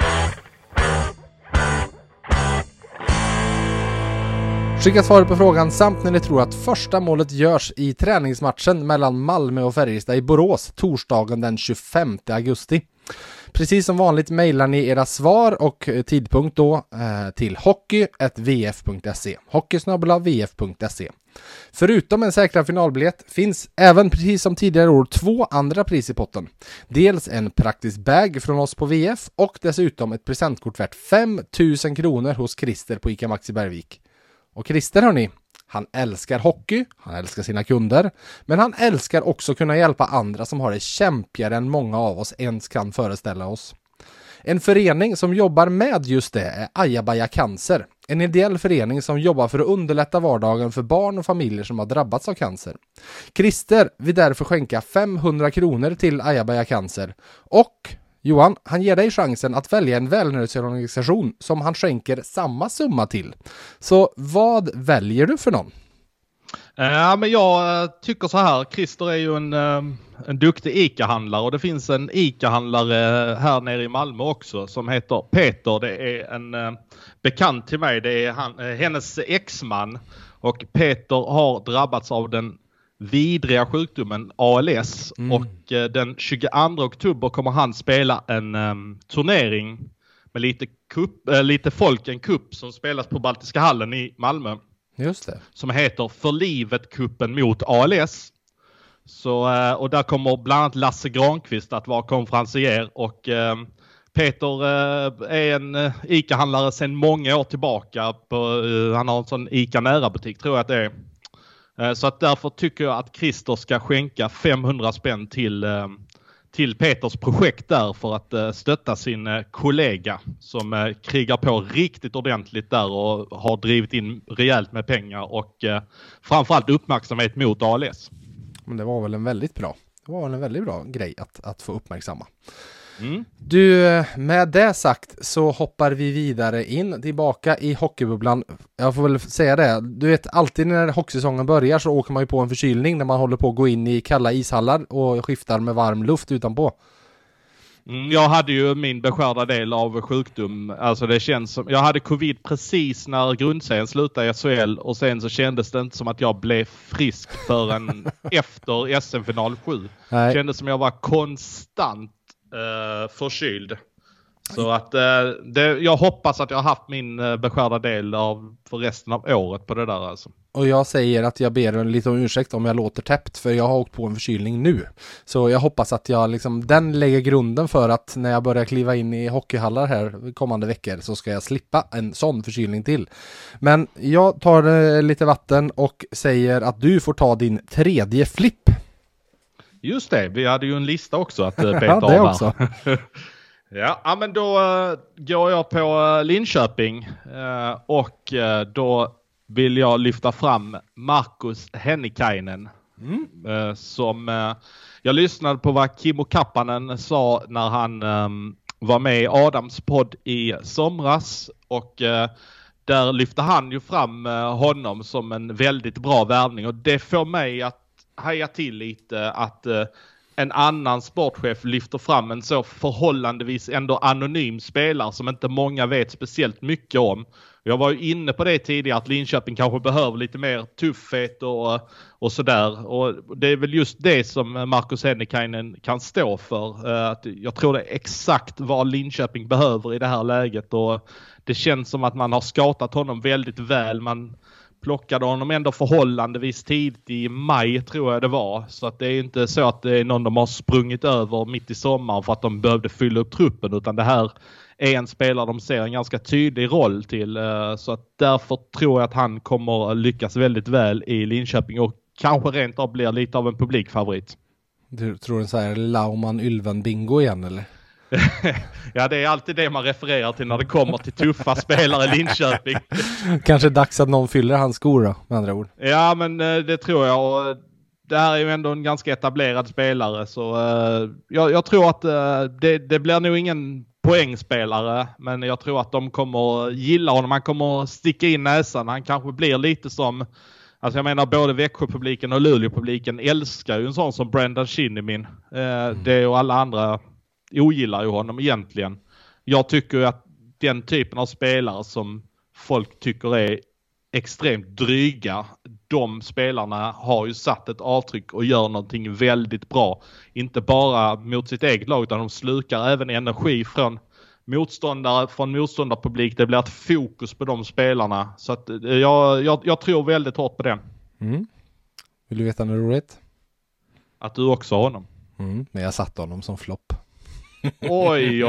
Skicka svar på frågan samt när ni tror att första målet görs i träningsmatchen mellan Malmö och Färjestad i Borås torsdagen den 25 augusti. Precis som vanligt mejlar ni era svar och tidpunkt då till hockey@vf.se. hockeysnabel@vf.se. Förutom en säkrad finalbiljett finns även precis som tidigare år 2 andra pris i potten. Dels en praktisk bag från oss på VF och dessutom ett presentkort värt 5 000 kronor hos Christer på ICA Maxi Bergvik. Och Christer, hörni, han älskar hockey, han älskar sina kunder, men han älskar också kunna hjälpa andra som har det kämpigare än många av oss ens kan föreställa oss. En förening som jobbar med just det är Ajabaja Cancer, en ideell förening som jobbar för att underlätta vardagen för barn och familjer som har drabbats av cancer. Christer vill därför skänka 500 kronor till Ajabaja Cancer och Johan, han ger dig chansen att välja en välgörenhetsorganisation som han skänker samma summa till. Så vad väljer du för någon? Men jag tycker så här, Christer är ju en duktig ICA-handlare och det finns en ICA-handlare här nere i Malmö också som heter Peter. Det är en bekant till mig, det är hennes exman, och Peter har drabbats av den vidriga sjukdomen ALS och den 22 oktober kommer han spela en turnering med lite folk, en kupp som spelas på Baltiska hallen i Malmö. Just det. Som heter För livet-kuppen mot ALS. Så, och där kommer bland annat Lasse Granqvist att vara konferencier och Peter är en ICA-handlare sedan många år tillbaka. Han har en sån ICA nära butik, tror jag att det är. Så att därför tycker jag att Christer ska skänka 500 spänn till Peters projekt där för att stötta sin kollega som krigar på riktigt ordentligt där och har drivit in rejält med pengar och framförallt uppmärksamhet mot ALS. Men det var väl en väldigt bra grej att få uppmärksamma. Du, med det sagt så hoppar vi vidare tillbaka i hockeybubblan. Jag får väl säga det. Du vet, alltid när hockeysäsongen börjar så åker man ju på en förkylning när man håller på att gå in i kalla ishallar och skiftar med varm luft utanpå. Jag hade ju min beskärda del av sjukdom. Alltså det känns som, jag hade covid precis när grundserien slutade i SHL och sen så kändes det inte som att jag blev frisk förrän efter SM-final 7. Det kändes som jag var konstant förkyld. Så att jag hoppas att jag har haft min beskärda del för resten av året på det där alltså. Och jag säger att jag ber lite om ursäkt om jag låter täppt, för jag har åkt på en förkylning nu. Så jag hoppas att jag den lägger grunden för att när jag börjar kliva in i hockeyhallar här kommande veckor så ska jag slippa en sån förkylning till. Men jag tar lite vatten och säger att du får ta din tredje flipp. Just det, vi hade ju en lista också att beta ja, det av också. Ja, men då går jag på Linköping och då vill jag lyfta fram Markus Hennikainen som jag lyssnade på vad Kimmo Kappanen sa när han var med i Adams podd i somras och där lyfte han ju fram honom som en väldigt bra värvning och det får mig att haja till lite att en annan sportchef lyfter fram en så förhållandevis ändå anonym spelare som inte många vet speciellt mycket om. Jag var ju inne på det tidigare att Linköping kanske behöver lite mer tuffhet och sådär. Och det är väl just det som Markus Hennikainen kan stå för. Att jag tror det är exakt vad Linköping behöver i det här läget och det känns som att man har skatat honom väldigt väl. Man plockade honom ändå förhållandevis tidigt i maj tror jag det var. Så att det är inte så att det är någon de har sprungit över mitt i sommaren för att de behövde fylla upp truppen. Utan det här är en spelare de ser en ganska tydlig roll till. Så att därför tror jag att han kommer lyckas väldigt väl i Linköping och kanske rent av blir lite av en publikfavorit. Du tror en så här Lauman Ylven bingo igen eller? Ja, det är alltid det man refererar till när det kommer till tuffa spelare i Linköping. Kanske dags att någon fyller hans skor då, med andra ord. Ja, men det tror jag. Och det här är ju ändå en ganska etablerad spelare. Så jag tror att det blir nog ingen poängspelare. Men jag tror att de kommer gilla honom. Han kommer sticka in näsan. Han kanske blir lite som... Alltså jag menar både Växjöpubliken och Luleåpubliken älskar ju en sån som Brendan Shinnimin. Det och alla andra ogillar ju honom egentligen. Jag tycker att den typen av spelare som folk tycker är extremt dryga, de spelarna har ju satt ett avtryck och gör någonting väldigt bra. Inte bara mot sitt eget lag utan de slukar även energi från motståndare, från motståndarpublik. Det blir ett fokus på de spelarna. Så att jag tror väldigt hårt på det. Vill du veta något roligt? Att du också har honom. Men jag satte honom som flopp. Oj.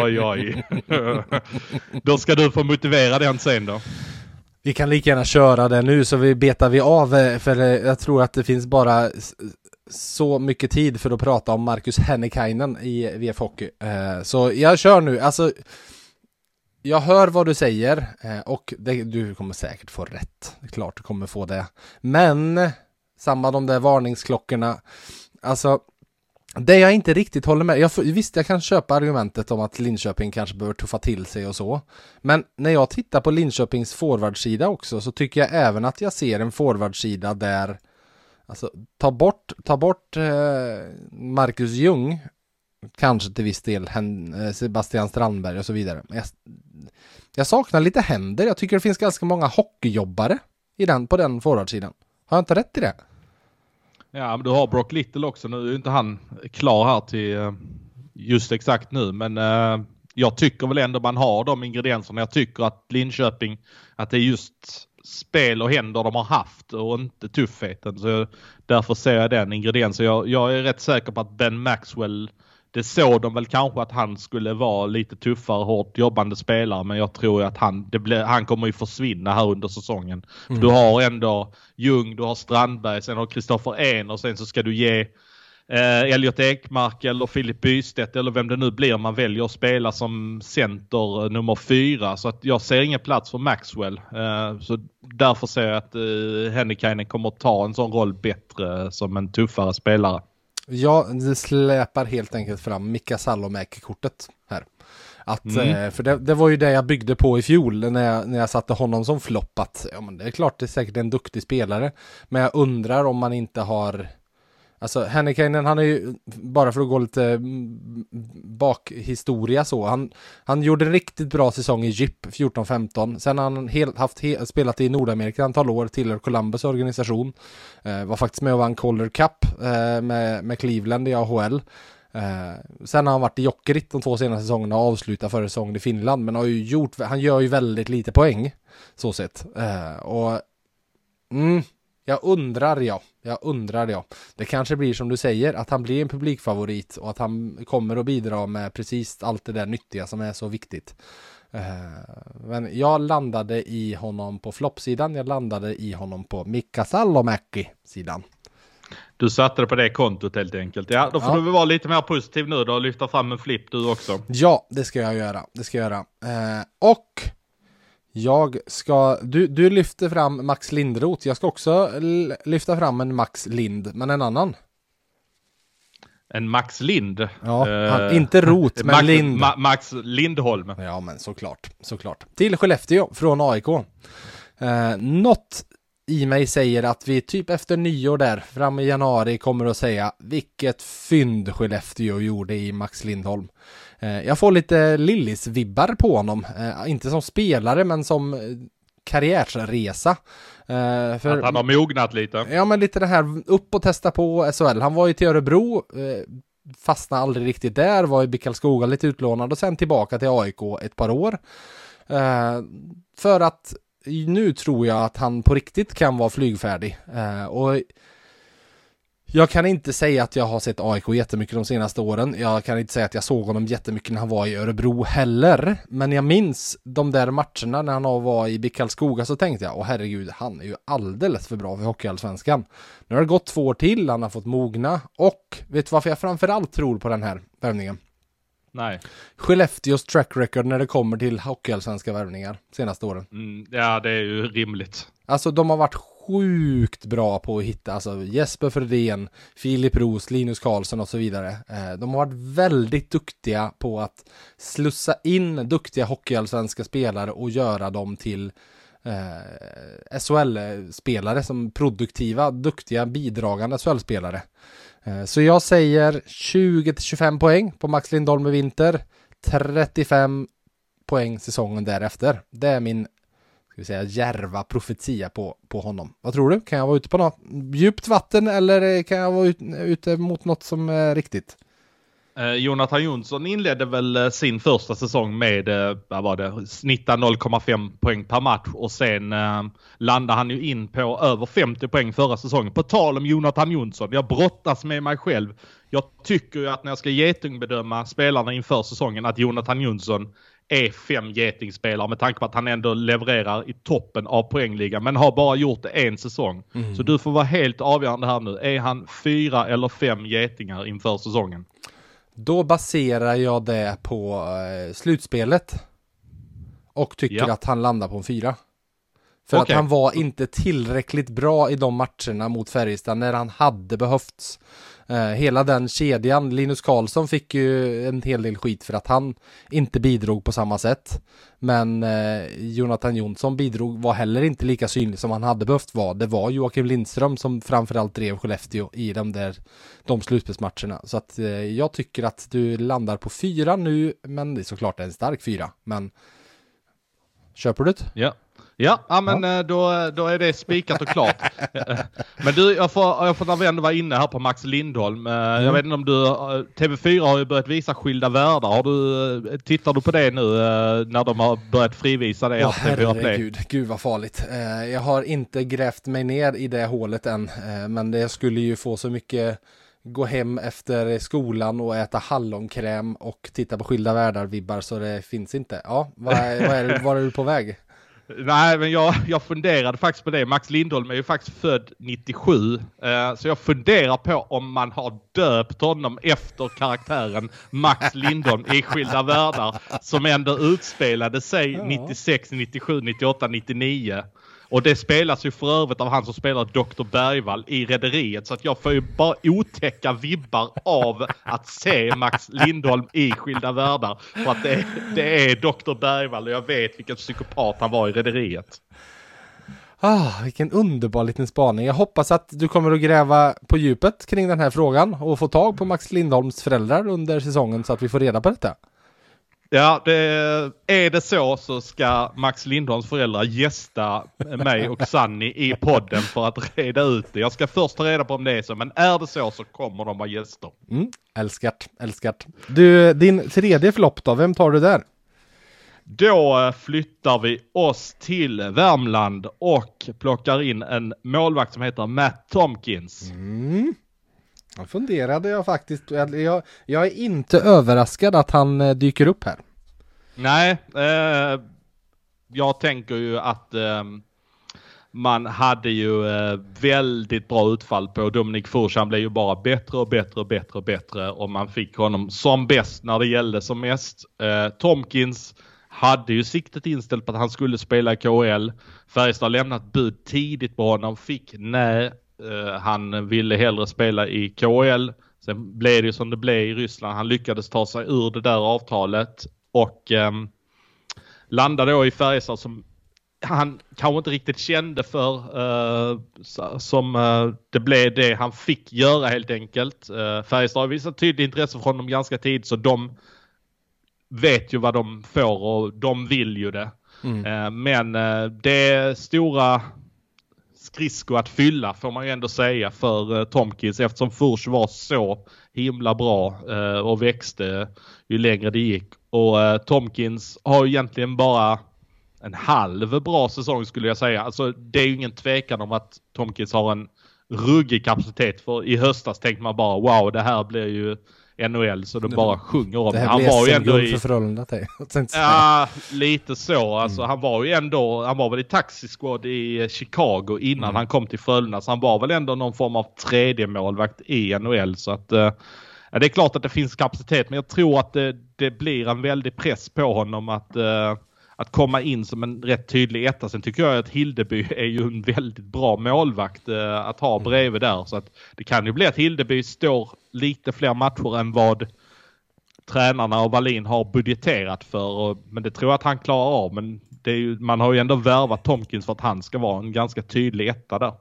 Då ska du få motivera den sen då. Vi kan lika gärna köra det nu så betar vi av. För jag tror att det finns bara så mycket tid för att prata om Markus Hennikainen i VF Hockey. Så jag kör nu. Alltså, jag hör vad du säger och du kommer säkert få rätt. Det är klart du kommer få det. Men samma de där varningsklockorna. Alltså... Det jag inte riktigt håller med. Visst, jag kan köpa argumentet om att Linköping kanske behöver tuffa till sig och så. Men när jag tittar på Linköpings forwardsida också så tycker jag även att jag ser en forwardsida där alltså ta bort Marcus Ljung, kanske till viss del Sebastian Strandberg och så vidare. Men jag saknar lite händer. Jag tycker det finns ganska många hockeyjobbare på den forwardsidan. Har jag inte rätt i det? Ja, men du har Brock Little också. Nu är ju inte han klar här till just exakt nu. Men jag tycker väl ändå man har de ingredienserna. Jag tycker att Linköping, att det är just spel och händer de har haft och inte tuffheten. Så därför ser jag den ingrediensen. Jag är rätt säker på att Ben Maxwell, det såg de väl kanske att han skulle vara lite tuffare, hårt jobbande spelare, men jag tror att han kommer ju försvinna här under säsongen. För du har ändå Ljung, du har Strandberg, sen har Kristoffer En och sen så ska du ge Elliot Ekmark eller Filip Bystedt eller vem det nu blir man väljer att spela som center nummer 4. Så att jag ser ingen plats för Maxwell. Så därför ser jag att Hennikainen kommer att ta en sån roll bättre som en tuffare spelare. Ja, det släpar helt enkelt fram Mika Salomäki-kortet här. För det var ju det jag byggde på i fjol när jag satte honom som flopp. Ja, men det är klart det är säkert en duktig spelare. Men jag undrar om man inte har... Alltså Hennikainen, han är ju, bara för att gå lite bakhistoria så, han gjorde en riktigt bra säsong i JIP 14-15. Sen har han spelat i Nordamerika ett antal år, tillhör Columbus organisation. Var faktiskt med och vann Calder Cup med Cleveland i AHL. Sen har han varit i Jokerit de 2 senaste säsongerna och avslutat förra säsongen i Finland. Men han gör ju väldigt lite poäng så sett. Jag undrar. Det kanske blir som du säger, att han blir en publikfavorit och att han kommer att bidra med precis allt det där nyttiga som är så viktigt. Men jag landade i honom på floppsidan. Jag landade i honom på Mika Salomäki-sidan. Du satte det på det kontot helt enkelt. Ja, då får du väl vara lite mer positiv nu då och lyfta fram en flipp du också. Ja, det ska jag göra. Och du lyfter fram Max Lindroth. Jag ska också lyfta fram en Max Lind, men en annan. En Max Lind? Ja, inte Roth, men Lind. Max Lindholm. Ja, men såklart. Till Skellefteå från AIK. Något i mig säger att vi typ efter nyår där, fram i januari, kommer att säga vilket fynd Skellefteå gjorde i Max Lindholm. Jag får lite Lillis-vibbar på honom. Inte som spelare, men som karriärsresa. Att han har mognat lite. Ja, men lite det här upp och testa på SHL. Han var ju till Örebro, fastnade aldrig riktigt där, var i Bickalskoga lite utlånad och sen tillbaka till AIK ett par år. För att nu tror jag att han på riktigt kan vara flygfärdig. Och jag kan inte säga att jag har sett AIK jättemycket de senaste åren. Jag kan inte säga att jag såg honom jättemycket när han var i Örebro heller. Men jag minns de där matcherna när han var i Bickalskoga, så tänkte jag, herregud, han är ju alldeles för bra för Hockeyallsvenskan. Nu har det gått 2 år till, han har fått mogna. Och vet du varför jag framförallt tror på den här värvningen? Nej. Skellefteås track record när det kommer till hockeyallsvenska värvningar senaste åren. Ja, det är ju rimligt. Alltså de har varit sjukt bra på att hitta, alltså Jesper Fredén, Filip Roos, Linus Karlsson och så vidare. De har varit väldigt duktiga på att slussa in duktiga hockeyallsvenska spelare och göra dem till SHL-spelare, som produktiva, duktiga, bidragande SHL-spelare. Så jag säger 20-25 poäng på Max Lindholm i vinter, 35 poäng säsongen därefter. Det är min, ska vi säga, djärva profetia på honom. Vad tror du? Kan jag vara ute på något djupt vatten eller kan jag vara ute mot något som är riktigt? Jonathan Jonsson inledde väl sin första säsong med snitta 0,5 poäng per match och sen landade han ju in på över 50 poäng förra säsongen. På tal om Jonathan Jonsson, jag brottas med mig själv. Jag tycker ju att när jag ska getingbedöma spelarna inför säsongen att Jonathan Jonsson är 5 getingspelare med tanke på att han ändå levererar i toppen av poängligan men har bara gjort det en säsong. Så du får vara helt avgörande här nu. Är han 4 eller 5 getingar inför säsongen? Då baserar jag det på slutspelet och tycker att han landar på en 4. För att han var inte tillräckligt bra i de matcherna mot Färjestad när han hade behövts. Hela den kedjan, Linus Karlsson fick ju en hel del skit för att han inte bidrog på samma sätt. Men Jonathan Jonsson var heller inte lika synlig som han hade behövt vara. Det var Joakim Lindström som framförallt drev Skellefteå i de slutspelsmatcherna. Så att jag tycker att du landar på 4 nu, men det är såklart en stark 4. Men köper du det? Ja. Ja, men då är det spikat och klart. Men du, jag får när vi ändå vara inne här på Max Lindholm. Jag vet inte om TV4 har ju börjat visa Skilda världar. Tittar du på det nu när de har börjat frivisa det? Herregud, gud vad farligt. Jag har inte grävt mig ner i det hålet än. Men det skulle ju få så mycket gå hem efter skolan och äta hallonkräm och titta på Skilda världar-vibbar så det finns inte. Ja, var är du på väg? Nej, men jag funderade faktiskt på det. Max Lindholm är ju faktiskt född 97. Så jag funderar på om man har döpt honom efter karaktären Max Lindholm i Skilda världar som ändå utspelade sig 96, 97, 98, 99. Och det spelas ju för övrigt av han som spelar Dr. Bergvall i Rederiet. Så att jag får ju bara otäcka vibbar av att se Max Lindholm i Skilda världar. För att det är Dr. Bergvall och jag vet vilken psykopat han var i Rederiet. Vilken underbar liten spaning. Jag hoppas att du kommer att gräva på djupet kring den här frågan och få tag på Max Lindholms föräldrar under säsongen så att vi får reda på detta. Ja, är det så ska Max Lindholms föräldrar gästa mig och Sanni i podden för att reda ut det. Jag ska först ta reda på om det är så, men är det så kommer de vara gäster. Älskat. Du, din tredje flopp då, vem tar du där? Då flyttar vi oss till Värmland och plockar in en målvakt som heter Matt Tomkins. Jag funderade jag faktiskt. Jag är inte överraskad att han dyker upp här. Nej, jag tänker ju att man hade ju väldigt bra utfall på Dominic Furch. Han blev ju bara bättre och man fick honom som bäst när det gällde som mest. Tomkins hade ju siktet inställt på att han skulle spela i KHL. Färjestad lämnat bud tidigt på honom, fick nej. Han ville hellre spela i KHL. Sen blev det ju som det blev i Ryssland. Han lyckades ta sig ur det där avtalet och landade då i Färjestad som han kanske inte riktigt kände för som det blev det han fick göra helt enkelt. Färjestad har visat tydligt intresse från dem ganska tid så de vet ju vad de får och de vill ju det. Men det är stora skridsko att fylla får man ju ändå säga för Tomkins eftersom Furch var så himla bra och växte ju längre det gick. Och Tomkins har ju egentligen bara en halv bra säsong skulle jag säga. Alltså det är ju ingen tvekan om att Tomkins har en ruggig kapacitet för i höstas tänkte man bara wow det här blir ju NHL så det bara sjunger om. Det här han var ju ändå för Frölunda till. Ja, lite så. Alltså, han var ju ändå, han var väl i Taxi Squad i Chicago innan han kom till Frölunda. Så han var väl ändå någon form av tredje målvakt i NHL. Så att, det är klart att det finns kapacitet. Men jag tror att det blir en väldig press på honom att komma in som en rätt tydlig etta. Sen tycker jag att Hildeby är ju en väldigt bra målvakt att ha bredvid där. Så att det kan ju bli att Hildeby står lite fler matcher än vad tränarna och Wallin har budgeterat för. Men det tror jag att han klarar av. Men det är ju, man har ju ändå värvat Tomkins för att han ska vara en ganska tydlig etta där.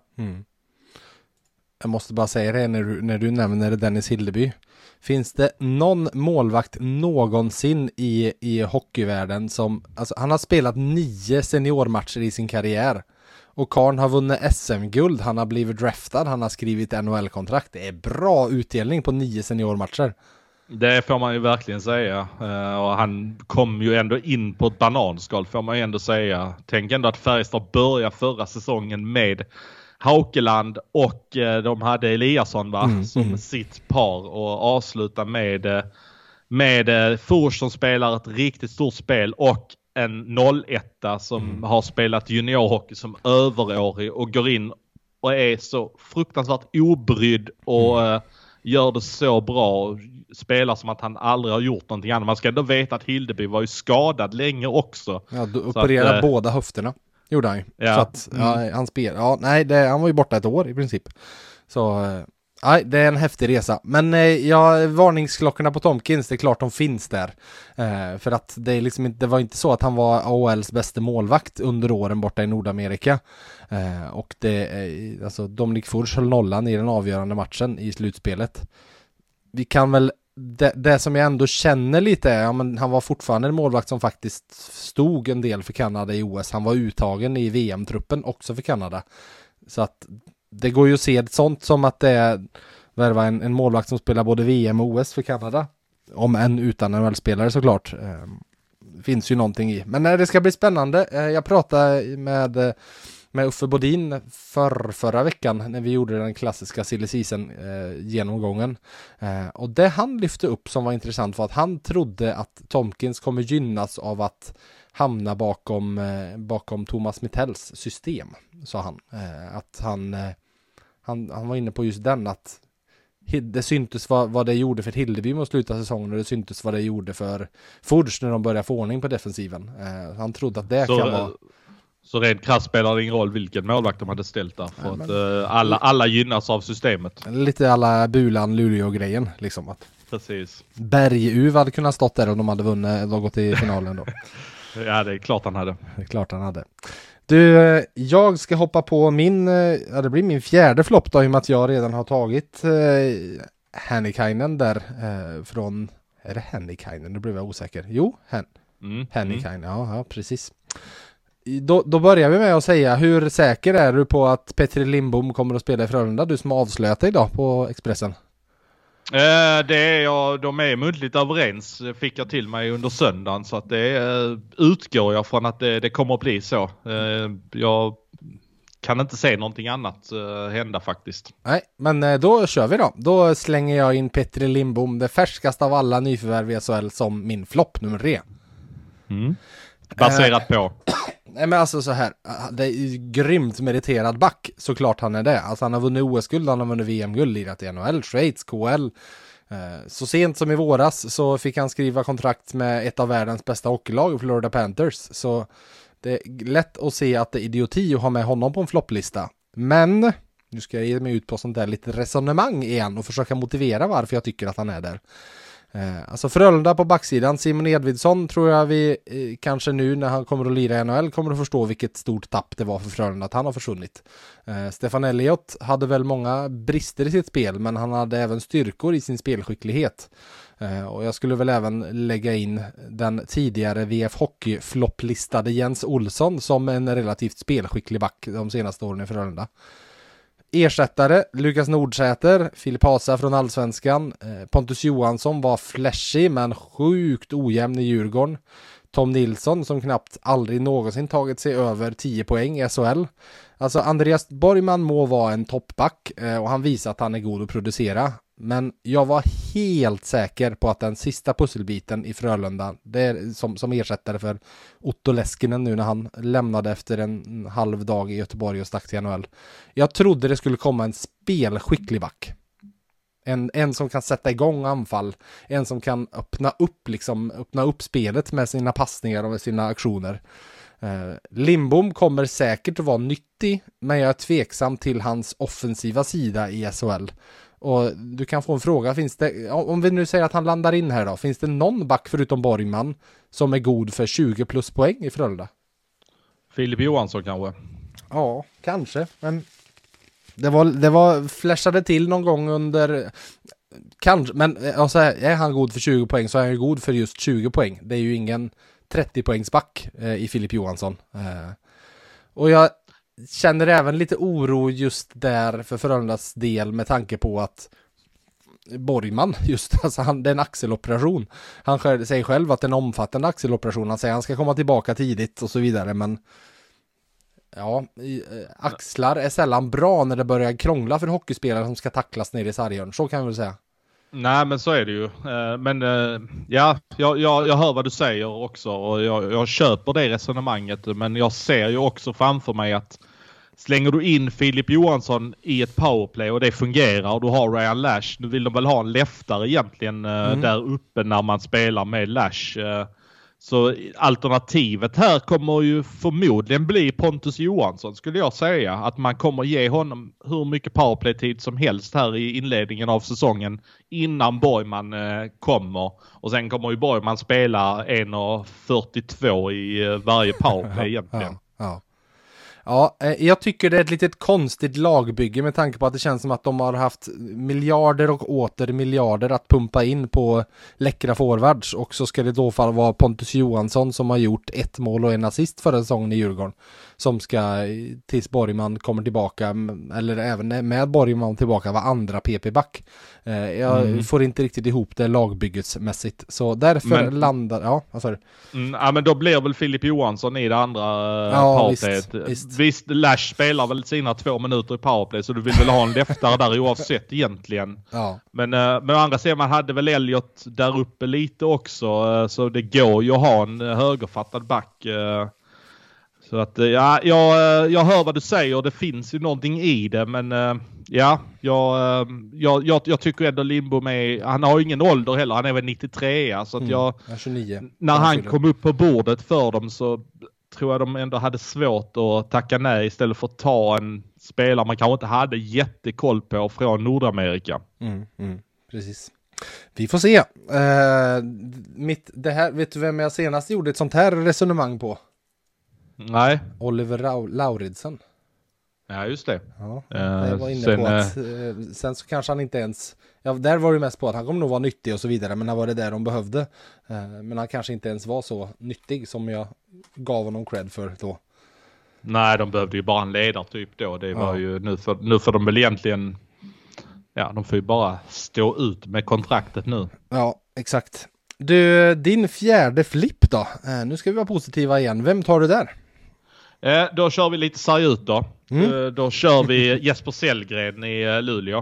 Jag måste bara säga det när du nämner Dennis Hildeby. Finns det någon målvakt någonsin i hockeyvärlden som... Alltså, han har spelat 9 seniormatcher i sin karriär. Och Karn har vunnit SM-guld. Han har blivit draftad. Han har skrivit NHL-kontrakt. Det är bra utdelning på 9 seniormatcher. Det får man ju verkligen säga. Och han kom ju ändå in på ett bananskal får man ju ändå säga. Tänk ändå att Färjestad började förra säsongen med Haukeland och de hade Eliasson som sitt par och avsluta med Furch som spelar ett riktigt stort spel och en 01 som har spelat juniorhockey som överårig och går in och är så fruktansvärt obrydd och gör det så bra och spelar som att han aldrig har gjort någonting annat. Man ska ändå veta att Hildeby var ju skadad länge också. Ja, du opererade båda höfterna. Gjorde han ju. Ja. Så att, han spelade. Ja, nej, han var ju borta ett år i princip. Så, nej, det är en häftig resa. Men varningsklockorna på Tomkins, det är klart de finns där. För att det är liksom inte, det var inte så att han var AHLs bästa målvakt under åren borta i Nordamerika. Och alltså Dominic Furch höll nollan i den avgörande matchen i slutspelet. Vi kan väl det som jag ändå känner lite är, men han var fortfarande en målvakt som faktiskt stod en del för Kanada i OS. Han var uttagen i VM-truppen också för Kanada. Så att det går ju att se sånt som att det är värva en målvakt som spelar både VM och OS för Kanada. Om en utan NHL-spelare såklart. Finns ju någonting i. Men det ska bli spännande. Jag pratade med med Uffe Bodin förra veckan när vi gjorde den klassiska silly season genomgången. Och det han lyfte upp som var intressant var att han trodde att Tomkins kommer gynnas av att hamna bakom Thomas Mittells system, sa han. Att han var inne på just den, att det syntes vad det gjorde för Hildeby mot slutet av säsongen, och det syntes vad det gjorde för Forge när de började få ordning på defensiven. Han trodde att det kan vara... Så rent krasst spelar det ingen roll vilken målvakt de hade ställt där, för att alla gynnas av systemet. Lite alla Bulan, Luleå-grejen liksom. Att precis. Berguv hade kunnat stått där om de hade vunnit och gått i finalen då. Ja, det är klart han hade. Det är klart han hade. Du, jag ska hoppa på det blir min fjärde flopp då, i och med att jag redan har tagit Hennikainen där från, är det Hennikainen? Nu blev jag osäker. Jo, Hennikainen, ja, precis. Då börjar vi med att säga, hur säker är du på att Petri Lindbom kommer att spela i Frölunda? Du som har avslöjat dig idag på Expressen. Det är jag, de är muntligt överens, fick jag till mig under söndagen, så att det utgår jag från att det kommer att bli så. Jag kan inte se någonting annat hända faktiskt. Nej, men då kör vi då. Då slänger jag in Petri Lindbom, det färskaste av alla nyförvärv i SHL, som min flopp nummer 3. Baserat på? Nej, men alltså så här, det är grymt meriterad back, såklart han är det. Alltså han har vunnit OS-guld, han har vunnit VM-guld, lirat i NHL, Schweiz, KL. Så sent som i våras så fick han skriva kontrakt med ett av världens bästa hockeylag, Florida Panthers. Så det är lätt att se att det är idioti att ha med honom på en flopplista. Men nu ska jag ge mig ut på sånt där lite resonemang igen och försöka motivera varför jag tycker att han är där. Alltså Frölunda på backsidan, Simon Edvidsson tror jag vi kanske nu när han kommer att lira i NHL kommer att förstå vilket stort tapp det var för Frölunda att han har försvunnit. Stefan Elliott hade väl många brister i sitt spel, men han hade även styrkor i sin spelskicklighet. Och jag skulle väl även lägga in den tidigare VF Hockey flopplistade Jens Olsson som en relativt spelskicklig back de senaste åren i Frölunda. Ersättare, Lukas Nordsäter, Filip Hasa från Allsvenskan, Pontus Johansson var flashy men sjukt ojämn i Djurgården. Tom Nilsson som knappt aldrig någonsin tagit sig över 10 poäng i SHL. Alltså Andreas Borgman må vara en toppback och han visar att han är god att producera. Men jag var helt säker på att den sista pusselbiten i Frölunda, det är som ersättare för Otto Leskinen nu när han lämnade efter en halv dag i Göteborg och stack till NHL. Jag trodde det skulle komma en spelskicklig back. En som kan sätta igång anfall. En som kan öppna upp spelet med sina passningar och med sina aktioner. Lindbom kommer säkert att vara nyttig, men jag är tveksam till hans offensiva sida i SHL. Och du kan få en fråga, finns det, om vi nu säger att han landar in här då, finns det någon back förutom Borgman som är god för 20 plus poäng i Frölunda? Filip Johansson kanske? Ja, kanske, men det var flashade till någon gång under kanske, men alltså, är han god för 20 poäng så är han ju god för just 20 poäng. Det är ju ingen 30 poängsback i Filip Johansson. Och jag känner även lite oro just där för Frölundas del med tanke på att Borgman, just alltså det är en axeloperation. Han säger själv att det är en omfattande axeloperation. Han säger att han ska komma tillbaka tidigt och så vidare, men ja, axlar är sällan bra när det börjar krångla för hockeyspelare som ska tacklas ner i sargen. Så kan vi väl säga. Nej, men så är det ju. Men ja, jag hör vad du säger också och jag köper det resonemanget. Men jag ser ju också framför mig att slänger du in Filip Johansson i ett powerplay och det fungerar och du har Ryan Lash, nu vill de väl ha en leftare egentligen där uppe när man spelar med Lash. Så alternativet här kommer ju förmodligen bli Pontus Johansson, skulle jag säga. Att man kommer ge honom hur mycket powerplay-tid som helst här i inledningen av säsongen innan Borgman kommer. Och sen kommer ju Borgman spela 1:42 i varje powerplay egentligen. Ja, jag tycker det är ett litet konstigt lagbygge med tanke på att det känns som att de har haft miljarder och åter miljarder att pumpa in på läckra forwards, och så ska det då fall vara Pontus Johansson som har gjort 1 mål och 1 assist förra säsongen i Djurgården. som ska tills Borgman kommer tillbaka, eller även med Borgman tillbaka, vara andra PP-back. Jag får inte riktigt ihop det lagbyggesmässigt, så därför landar, men då blir väl Filip Johansson i det andra powerplayet. Visst, Lash spelar väl sina 2 minuter i powerplay, så du vill väl ha en leftare där oavsett egentligen. Ja. Men å andra sidan, man hade väl Elliot där uppe lite också, så det går ju att ha en högerfattad back. Så att jag hör vad du säger, det finns ju någonting i det, men jag tycker ändå Lindbom han har ju ingen ålder heller, han är väl 93, så att 29. När han kom upp på bordet för dem så tror jag de ändå hade svårt att tacka nej istället för att ta en spelare man kanske inte hade jättekoll på från Nordamerika. Precis. Vi får se. Det här, vet du vem jag senast gjorde ett sånt här resonemang på? Nej. Oliver Lauridsen. Ja, just det. Ja, jag var inne på att sen så kanske han inte ens... Ja, där var det mest på att han kommer nog vara nyttig och så vidare, men han var det där de behövde. Men han kanske inte ens var så nyttig som jag gav honom cred för då. Nej, de behövde ju bara en ledartyp då. Det var ju nu för de väl egentligen... Ja, de får ju bara stå ut med kontraktet nu. Ja, exakt. Du, din fjärde flipp då? Nu ska vi vara positiva igen. Vem tar du där? Då kör vi lite seriöst då. Då kör vi Jesper Sellgren i Luleå.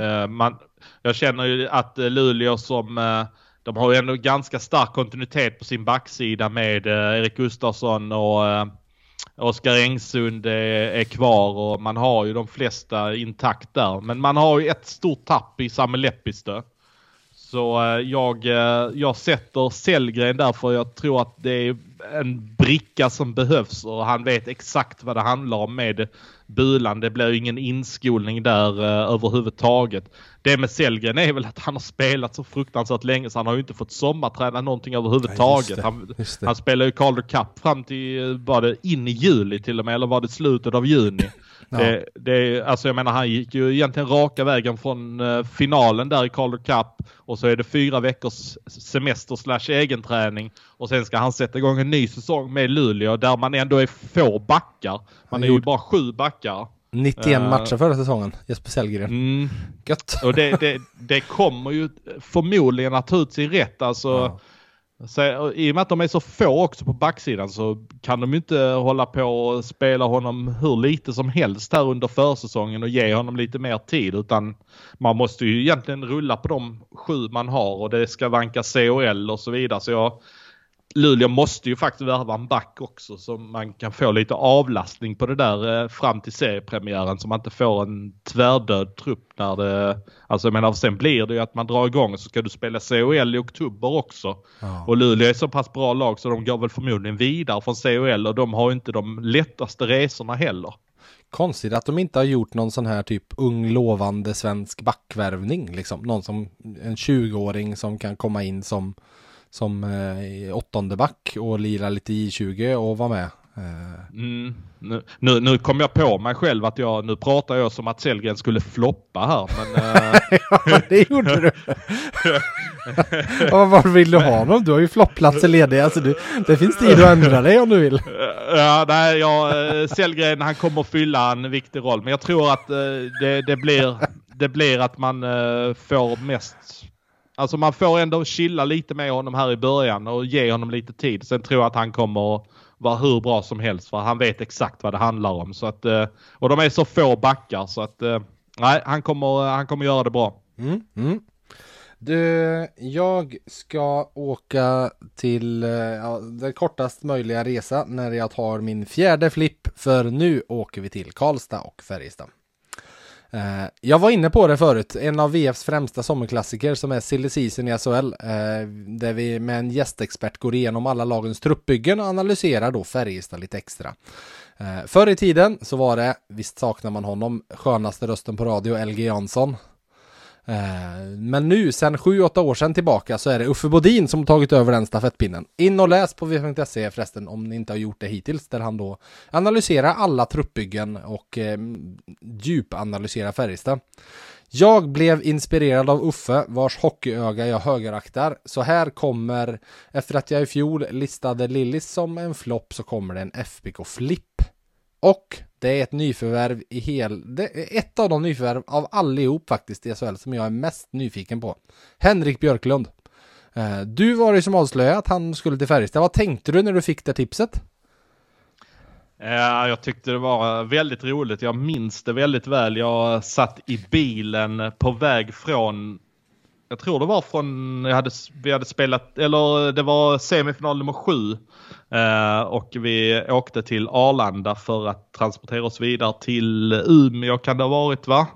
Jag känner ju att Luleå de har ju ändå ganska stark kontinuitet på sin backsida med Erik Gustafsson och Oskar Engsund är kvar, och man har ju de flesta intakt där. Men man har ju ett stort tapp i Samuel Lepistö. Så jag sätter Sellgren där, för jag tror att det är en bricka som behövs, och han vet exakt vad det handlar om med Bulan. Det blir ju ingen inskolning där överhuvudtaget. Det med Sellgren är väl att han har spelat så fruktansvärt länge, så han har ju inte fått sommarträna någonting överhuvudtaget. Han spelar ju Calder Cup fram till, var det in i juli till och med, eller var det slutet av juni? Ja. Alltså jag menar, han gick ju egentligen raka vägen från finalen där i Calder Cup, och så är det 4 veckors semester / egenträning, och sen ska han sätta igång en ny säsong med Luleå där man ändå är få backar. Man är ju bara 7 backar. 91 matcher förra säsongen, Jesper Sellgren. Gött. Och det kommer ju förmodligen att ta ut sig rätt, alltså. Så, i och med att de är så få också på backsidan, så kan de ju inte hålla på och spela honom hur lite som helst här under försäsongen och ge honom lite mer tid, utan man måste ju egentligen rulla på de 7 man har, och det ska vanka COL och så vidare. Så Luleå måste ju faktiskt värva en back också, så man kan få lite avlastning på det där fram till seriepremiären, så man inte får en tvärdöd trupp när det... Alltså jag menar, sen blir det ju att man drar igång, och så ska du spela COL i oktober också. Och Luleå är så pass bra lag så de går väl förmodligen vidare från COL, och de har ju inte de lättaste resorna heller. Konstigt att de inte har gjort någon sån här typ ung lovande svensk backvärvning liksom. Någon som en 20-åring som kan komma in som 8:e back och lira lite i 20 och vara med. Nu kom jag på mig själv att nu pratar jag som att Sellgren skulle floppa här, men ja, det gjorde du. Var vill du ha honom? Du har ju floppplatser lediga, alltså det finns tid att ändra dig om du vill. Sellgren, han kommer fylla en viktig roll, men jag tror att det blir att man får mest. Alltså man får ändå chilla lite med honom här i början och ge honom lite tid. Sen tror jag att han kommer vara hur bra som helst, för han vet exakt vad det handlar om. Så att, och de är så få backar, så att nej, han kommer göra det bra. Jag ska åka till den kortast möjliga resa när jag tar min fjärde flipp, för nu åker vi till Karlstad och Färjestad. Jag var inne på det förut, en av VFs främsta sommarklassiker som är Silly Season i SHL, där vi med en gästexpert går igenom alla lagens truppbyggen och analyserar då Färjestad lite extra. Förr i tiden så var det, visst saknar man honom, skönaste rösten på radio, LG Jansson. Men nu, sen 7-8 år sedan tillbaka, så är det Uffe Bodin som tagit över den stafettpinnen. In och läs på vf.se förresten om ni inte har gjort det hittills, där han då analyserar alla truppbyggen och djupanalyserar Färjestad. Jag blev inspirerad av Uffe, vars hockeyöga jag högeraktar. Så här kommer, efter att jag i fjol listade Lillis som en flopp, så kommer det en FBK-flipp Och det är ett nyförvärv det är ett av de nyförvärv av allihop faktiskt i SHL som jag är mest nyfiken på. Henrik Björklund. Du var ju som avslöjade att han skulle till Färjestad. Vad tänkte du när du fick det tipset? Jag tyckte det var väldigt roligt. Jag minns det väldigt väl. Jag satt i bilen på väg från, jag tror det var från, vi hade spelat, eller det var semifinal nummer 7. Och vi åkte till Arlanda för att transportera oss vidare till Umeå, kan det ha varit, va?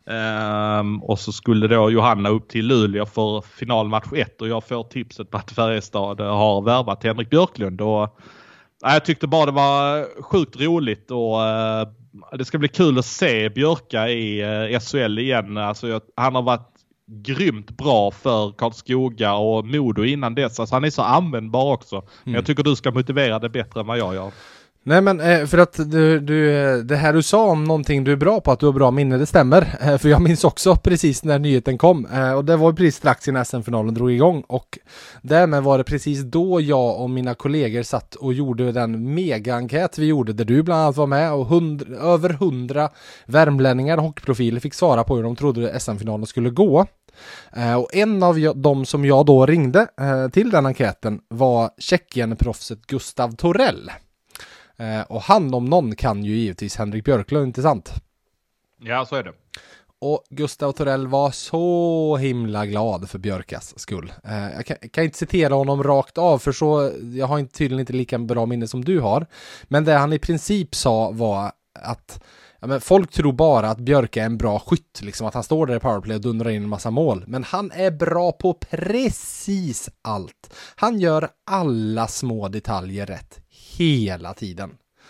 Och så skulle då Johanna upp till Luleå för finalmatch 1 och jag får tipset på att Färjestad har värvat Henrik Björklund. Och jag tyckte bara det var sjukt roligt och det ska bli kul att se Björka i SHL igen. Alltså, han har varit grymt bra för Karlskoga och Modo innan dess. Alltså, han är så användbar också. Men jag tycker du ska motivera det bättre än vad jag gör. Nej, men för att det här du sa om någonting du är bra på, att du har bra minne, det stämmer. För jag minns också precis när nyheten kom. Och det var precis strax innan SM-finalen drog igång. Och därmed var det precis då jag och mina kollegor satt och gjorde den mega-enkät vi gjorde, där du bland annat var med. Och över 100 värmlänningar och hockeyprofiler fick svara på hur de trodde SM-finalen skulle gå. Och en av de som jag då ringde till den enkäten var Tjeckien-proffset Gustav Torell. Och han om någon kan ju givetvis Henrik Björklund, inte sant? Ja, så är det. Och Gustav Torell var så himla glad för Björkas skull. Jag kan inte citera honom rakt av, för så jag har tydligen inte lika bra minne som du har. Men det han i princip sa var att men folk tror bara att Björka är en bra skytt, liksom att han står där i powerplay och dundrar in en massa mål. Men han är bra på precis allt. Han gör alla små detaljer rätt hela tiden.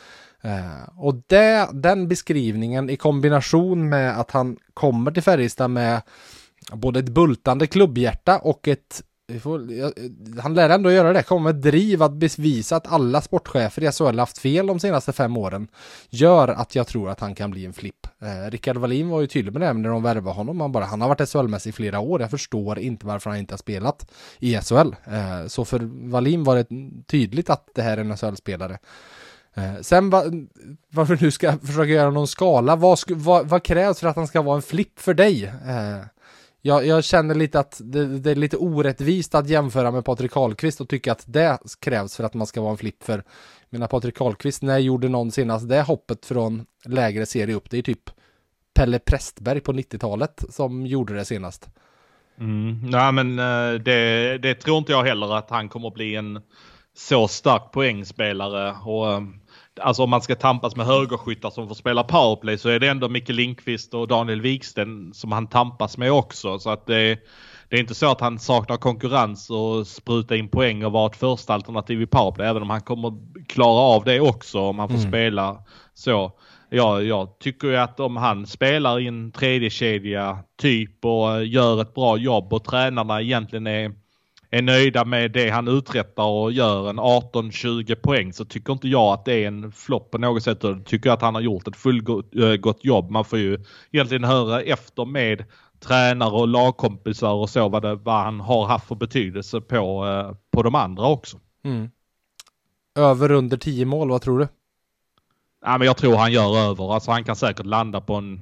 Och den beskrivningen i kombination med att han kommer till Färjestad med både ett bultande klubbhjärta och han lär ändå göra det, kommer med driv att bevisa att alla sportchefer i SHL haft fel de senaste 5 åren, gör att jag tror att han kan bli en flipp. Rickard Wallin var ju tydlig med det när de värvade honom. Han har varit SHL-mässig i flera år. Jag förstår inte varför han inte har spelat i SHL. Så för Wallin var det tydligt att det här är en SHL-spelare. Sen varför du ska försöka göra någon skala, vad krävs för att han ska vara en flipp för dig? Jag känner lite att det är lite orättvist att jämföra med Patrik Karlqvist och tycka att det krävs för att man ska vara en flipp. För Patrik Karlqvist, när gjorde någon senast det hoppet från lägre serie upp? Det är typ Pelle Prästberg på 90-talet som gjorde det senast. Nej, men det tror inte jag heller, att han kommer att bli en så stark poängspelare. Och alltså om man ska tampas med högerskyttar som får spela powerplay, så är det ändå Micke Lindqvist och Daniel Wiksten som han tampas med också. Så att det är inte så att han saknar konkurrens och spruta in poäng och vara ett första alternativ i powerplay, även om han kommer klara av det också om han får spela så. Jag tycker ju att om han spelar i en tredje kedja typ och gör ett bra jobb och tränarna egentligen är nöjda med det han uträttar och gör en 18-20 poäng, så tycker inte jag att det är en flopp på något sätt. Jag tycker att han har gjort ett fullgott jobb. Man får ju egentligen höra efter med tränare och lagkompisar och så vad han har haft för betydelse på de andra också. Över under 10 mål, vad tror du? Ja, men jag tror han gör över. Alltså han kan säkert landa på en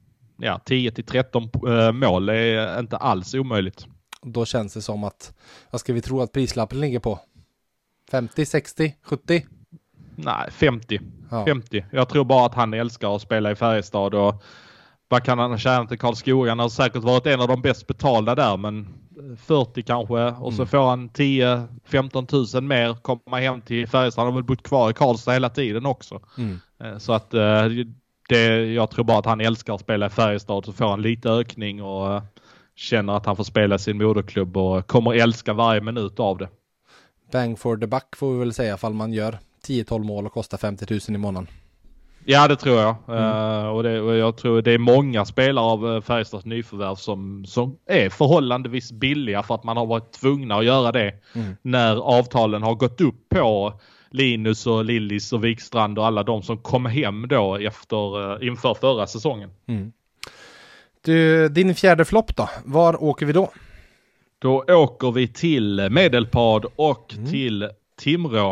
10-13 mål. Det är inte alls omöjligt. Då känns det som att, vad ska vi tro att prislappen ligger på? 50, 60, 70? Nej, 50. Ja. 50. Jag tror bara att han älskar att spela i Färjestad, och vad kan han tjäna till Karlskoga? Han har säkert varit en av de bäst betalda där, men 40 kanske. Och så får han 10-15 000 mer komma hem till Färjestad. Han har väl bott kvar i Karlstad hela tiden också. Så att jag tror bara att han älskar att spela i Färjestad, så får han lite ökning och känner att han får spela sin moderklubb och kommer älska varje minut av det. Bang for the buck får vi väl säga, fall man gör 10-12 mål och kostar 50 000 i månaden. Ja, det tror jag. Och jag tror det är många spelare av Färjestads nyförvärv som är förhållandevis billiga, för att man har varit tvungna att göra det när avtalen har gått upp på Linus och Lillis och Wikstrand och alla de som kom hem då inför förra säsongen. Du, din fjärde flopp då? Var åker vi då? Då åker vi till Medelpad och till Timrå.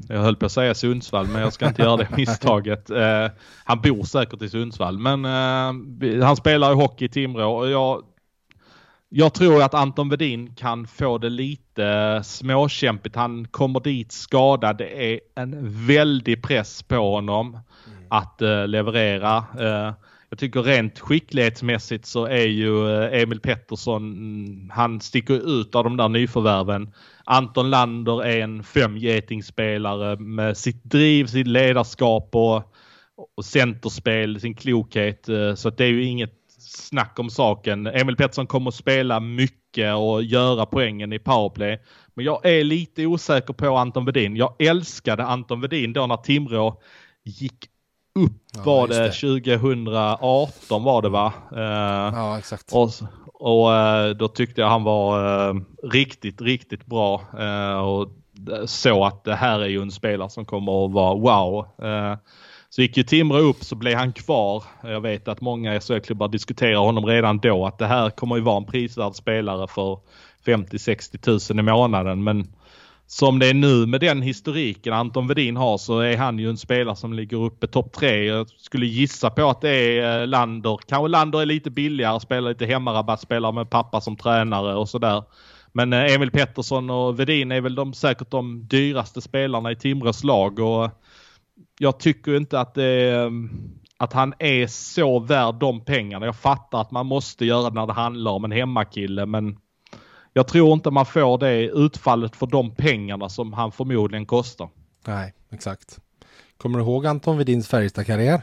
Jag höll på att säga Sundsvall, men jag ska inte göra det misstaget. Han bor säkert i Sundsvall, men han spelar i hockey i Timrå. Och jag tror att Anton Wedin kan få det lite småkämpigt. Han kommer dit skadad. Det är en väldig press på honom att leverera. Jag tycker rent skicklighetsmässigt så är ju Emil Pettersson, han sticker ut av de där nyförvärven. Anton Lander är en 5-getingspelare med sitt driv, sitt ledarskap och centerspel, sin klokhet. Så att det är ju inget snack om saken. Emil Pettersson kommer att spela mycket och göra poängen i powerplay. Men jag är lite osäker på Anton Wedin. Jag älskade Anton Wedin då när Timrå gick upp, var det 2018 var det, va? Ja, exakt. Och då tyckte jag han var riktigt, riktigt bra. Och så att det här är ju en spelare som kommer att vara wow. Så gick ju Timrå upp, så blev han kvar. Jag vet att många SHL-klubbar diskuterar honom redan då, att det här kommer ju vara en prisvärd spelare för 50-60 tusen i månaden. Men som det är nu med den historiken Anton Wedin har, så är han ju en spelare som ligger uppe topp 3. Jag skulle gissa på att det är Lander. Kanske Lander är lite billigare, spelar lite hemmarabatt, spelar med pappa som tränare och sådär. Men Emil Pettersson och Wedin är väl säkert de dyraste spelarna i Timrås lag, och jag tycker inte att han är så värd de pengarna. Jag fattar att man måste göra det när det handlar om en hemmakille, men jag tror inte man får det utfallet för de pengarna som han förmodligen kostar. Nej, exakt. Kommer du ihåg Anton Wedins Färjestad-karriär?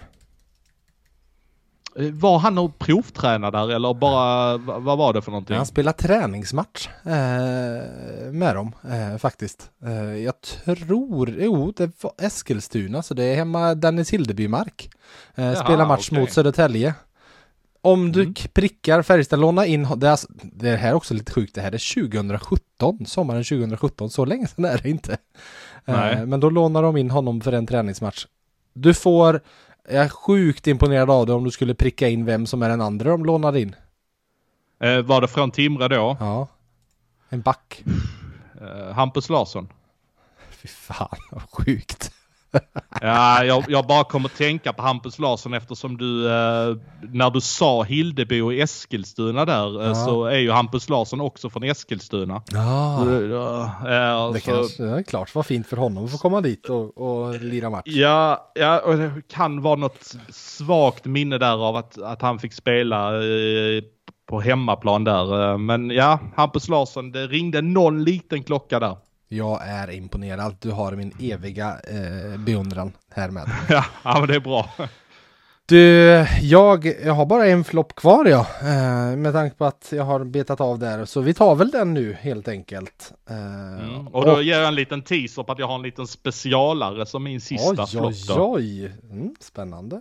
Var han nog provtränad där, eller bara, vad var det för någonting? Han spelade träningsmatch med dem faktiskt. Jag tror, det var Eskilstuna, så det är hemma Dennis Hildeby-mark. Spelar match mot Södertälje. Om du prickar Färjestad, låna in, det här är också lite sjukt, det här är 2017, sommaren 2017, så länge sedan är det inte. Men då lånar de in honom för en träningsmatch. Jag är sjukt imponerad av det om du skulle pricka in vem som är den andra de lånar in. Var det från Timrå då? Ja, en back. Hampus Larsson. Fy fan, vad sjukt. Ja, jag bara kommer att tänka på Hampus Larsson eftersom du, när du sa Hildeby och Eskilstuna där, så är ju Hampus Larsson också från Eskilstuna. Det kanske är klart, vad fint för honom att få komma dit och lira match. Ja, och det kan vara något svagt minne där av att han fick spela på hemmaplan där. Men ja, Hampus Larsson, det ringde någon liten klocka där. Jag är imponerad. Du har min eviga beundran här med. Ja, men det är bra. Du, jag har bara en flopp kvar, med tanke på att jag har betat av där. Så vi tar väl den nu helt enkelt. Och då ger jag en liten teaser på att jag har en liten specialare som min sista flopp. Oj. Spännande.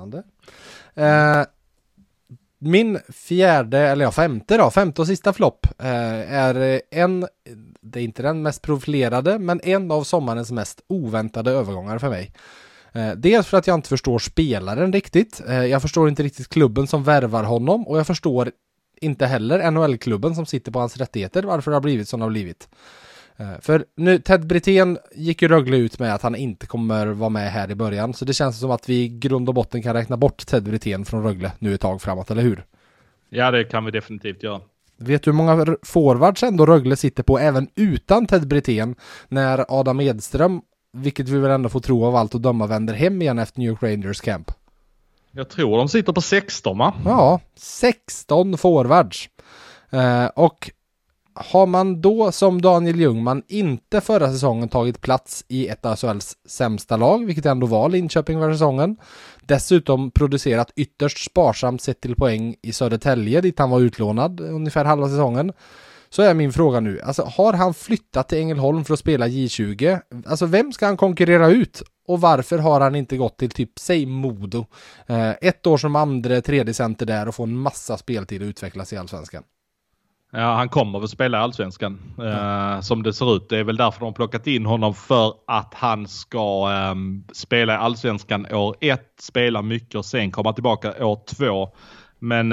Min femte och sista flopp är det är inte den mest profilerade, men en av sommarens mest oväntade övergångar för mig. Dels för att jag inte förstår spelaren riktigt. Jag förstår inte riktigt klubben som värvar honom, och jag förstår inte heller NHL-klubben som sitter på hans rättigheter, varför det har blivit som det har blivit. För nu, Ted Brithén gick ju Rögle ut med att han inte kommer vara med här i början, så det känns som att vi i grund och botten kan räkna bort Ted Brithén från Rögle nu ett tag framåt, eller hur? Ja, det kan vi definitivt göra. Vet du hur många forwards ändå Rögle sitter på även utan Ted Brithén, när Adam Edström, vilket vi väl ändå får tro av allt och döma, vänder hem igen efter New York Rangers camp? Jag tror de sitter på 16, va? Ja, 16 forwards. Och har man då som Daniel Ljungman inte förra säsongen tagit plats i ett av SHLs sämsta lag, vilket ändå var Linköping för säsongen, dessutom producerat ytterst sparsamt sett till poäng i Södertälje dit han var utlånad ungefär halva säsongen, så är min fråga nu, alltså har han flyttat till Ängelholm för att spela J20? Alltså vem ska han konkurrera ut? Och varför har han inte gått till typ, säg Modo, ett år som andra, tredje center där och få en massa speltid och utvecklas i Allsvenskan? Ja, han kommer väl spela i Allsvenskan som det ser ut. Det är väl därför de har plockat in honom, för att han ska spela i Allsvenskan år 1, spela mycket och sen komma tillbaka år 2. Men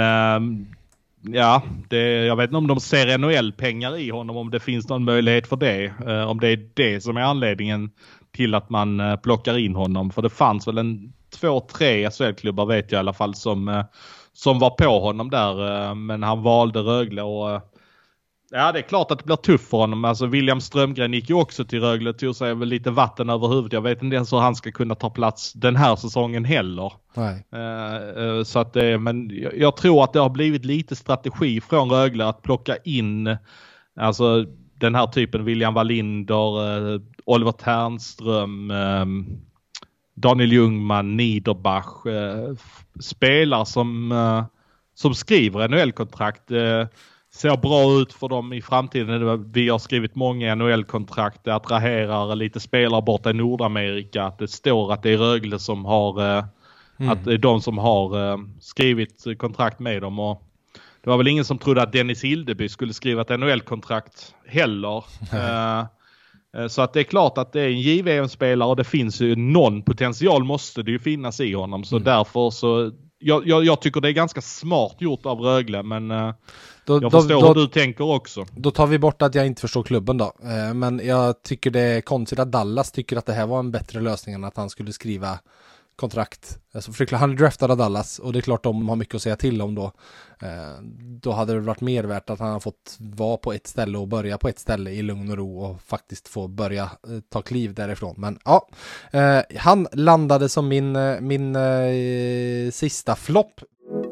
jag vet inte om de ser NHL-pengar i honom, om det finns någon möjlighet för det. Om det är det som är anledningen till att man plockar in honom. För det fanns väl 2-3 SHL-klubbar vet jag i alla fall som var på honom där. Men han valde Rögle och ja, det är klart att det blir tufft för honom. Alltså William Strömgren gick ju också till Rögle, tog sig väl lite vatten över huvudet. Jag vet inte ens hur han ska kunna ta plats den här säsongen heller. Nej. Så att men jag tror att det har blivit lite strategi från Rögle att plocka in alltså den här typen, William Wallinder, Oliver Ternström, Daniel Ljungman, Niederbach, spelare som skriver NHL-kontrakt. Ser bra ut för dem i framtiden. Vi har skrivit många NHL-kontrakt. Det attraherar lite spelare borta i Nordamerika. Att det står att det är Rögle som har att det är de som har skrivit kontrakt med dem. Och det var väl ingen som trodde att Dennis Hildeby skulle skriva ett NHL-kontrakt heller. Så att det är klart att det är en JVM-spelare och det finns ju någon potential måste det ju finnas i honom. Så därför så jag tycker det är ganska smart gjort av Rögle, men jag förstår hur du tänker också. Då tar vi bort att jag inte förstår klubben då. Men jag tycker det är konstigt att Dallas tycker att det här var en bättre lösning än att han skulle skriva kontrakt. Alltså för han draftade Dallas och det är klart de har mycket att säga till om då. Då hade det varit mer värt att han har fått vara på ett ställe och börja på ett ställe i lugn och ro och faktiskt få börja ta kliv därifrån. Men ja, han landade som min sista flopp.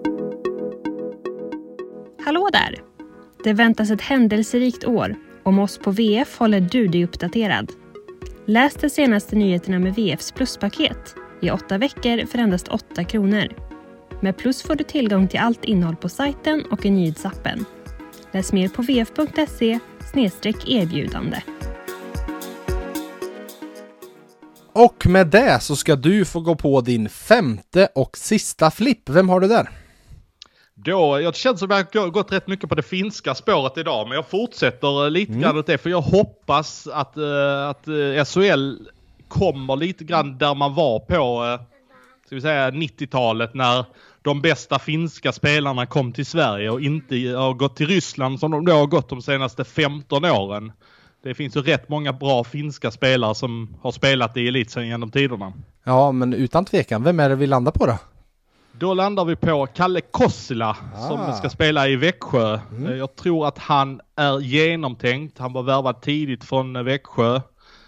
Hallå där! Det väntas ett händelserikt år. Om oss på VF håller du dig uppdaterad. Läs de senaste nyheterna med VFs pluspaket i 8 veckor för endast 8 kronor. Med plus får du tillgång till allt innehåll på sajten och i nyhetsappen. Läs mer på vf.se/erbjudande. Och med det så ska du få gå på din 5:e och sista flipp. Vem har du där? Jag känner som att jag har gått rätt mycket på det finska spåret idag, men jag fortsätter lite grann åt det, för jag hoppas att SHL kommer lite grann där man var på ska vi säga 90-talet när de bästa finska spelarna kom till Sverige och inte har gått till Ryssland som de då har gått de senaste 15 åren. Det finns ju rätt många bra finska spelare som har spelat i elitserien genom tiderna. Ja, men utan tvekan, vem är det vi landar på då? Då landar vi på Kalle Kossila som ska spela i Växjö. Jag tror att han är genomtänkt. Han var värvad tidigt från Växjö.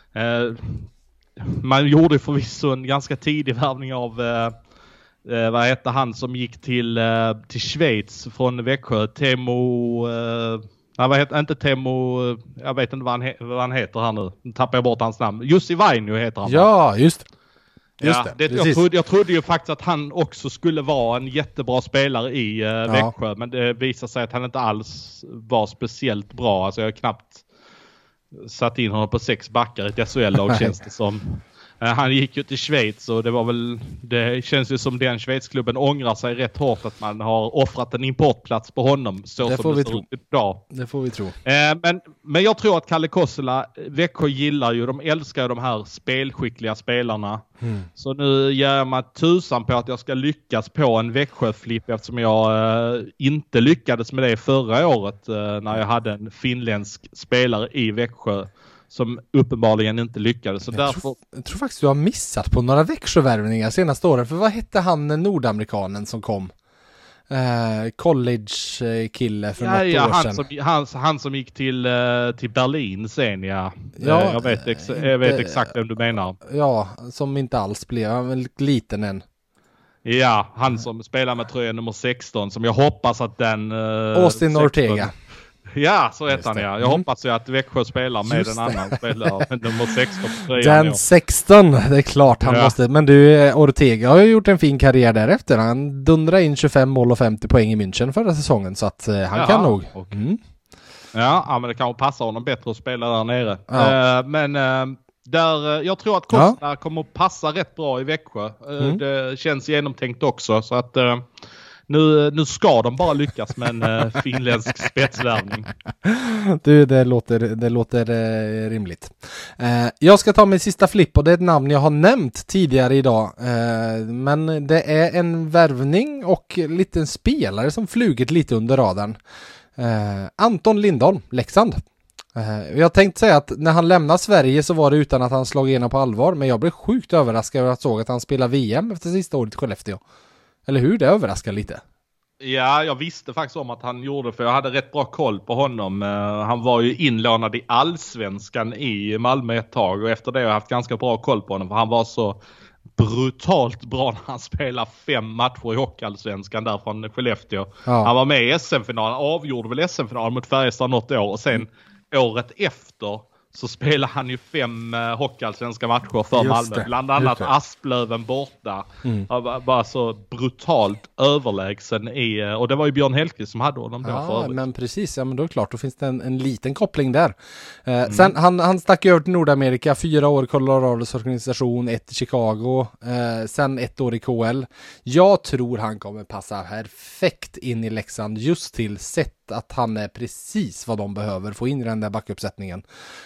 Man gjorde förvisso en ganska tidig värvning av vad heter han som gick till Schweiz från Växjö. Temo... inte Temo... Jag vet inte vad han heter här nu. Nu tappar jag bort hans namn. Jussi Vainio heter han. Ja, just jag trodde ju faktiskt att han också skulle vara en jättebra spelare i Växjö. Men det visar sig att han inte alls var speciellt bra. Alltså jag har knappt satt in honom på 6 backar i ett SHL-lag känns det som. Han gick ju till Schweiz och det känns ju som den Schweiz-klubben ångrar sig rätt hårt att man har offrat en importplats på honom. Så det får vi tro. Det får vi tro. Men jag tror att Kalle Kossila, Växjö gillar ju, de älskar ju de här spelskickliga spelarna. Så nu ger jag mig tusan på att jag ska lyckas på en Växjö-flipp eftersom jag inte lyckades med det förra året när jag hade en finländsk spelare i Växjö som uppenbarligen inte lyckades. Så jag tror faktiskt du har missat på några Växjövärvningar senaste åren. För vad hette han nordamerikanen som kom? College-kille för något år sedan. Han som gick till Berlin sen, jag vet exakt vem du menar. Ja, som inte alls blev liten än. Ja, han som spelar med tröja nummer 16 som jag hoppas att den... Austin Ortega. Ja, så heter han, ja. Jag hoppas ju att Växjö spelar med en annan spelare. Nummer 16. Den 16, det är klart han måste. Men du, Ortega har ju gjort en fin karriär därefter. Han dundrade in 25 mål och 50 poäng i München förra säsongen. Så att han kan nog. Ja, men det kanske passar honom bättre att spela där nere. Ja. Jag tror att Kossila kommer att passa rätt bra i Växjö. Det känns genomtänkt också. Så att... Nu ska de bara lyckas med en finländsk spetsvärvning. Du, det låter rimligt. Jag ska ta min sista flipp och det är ett namn jag har nämnt tidigare idag. Men det är en värvning och en liten spelare som flugit lite under radarn. Anton Lindholm, Leksand. Jag tänkte säga att när han lämnade Sverige så var det utan att han slog igenom på allvar, men jag blev sjukt överraskad över att såg att han spelar VM efter sista året i Skellefteå. Eller hur? Det överraskar lite. Ja, jag visste faktiskt om att han gjorde, för jag hade rätt bra koll på honom. Han var ju inlånad i Allsvenskan i Malmö ett tag, och efter det har jag haft ganska bra koll på honom, för han var så brutalt bra när han spelade 5 matcher i Hockeyallsvenskan där från Skellefteå. Ja. Han var med i SM-finalen, avgjorde väl SM-finalen mot Färjestad något år, och sen året efter så spelar han ju 5 hockeyallsvenska matcher för Malmö. Bland annat Asplöven borta. Var så brutalt överlägsen i... Och det var ju Björn Hellkvist som hade honom då Ja, men precis. Ja, men då är det klart. Då finns det en liten koppling där. Sen han stack över till Nordamerika. 4 år i Colorados organisation. 1 i Chicago. Sen 1 år i KL. Jag tror han kommer passa perfekt in i Leksand just till sätt att han är precis vad de behöver få in i den där backuppsättningen.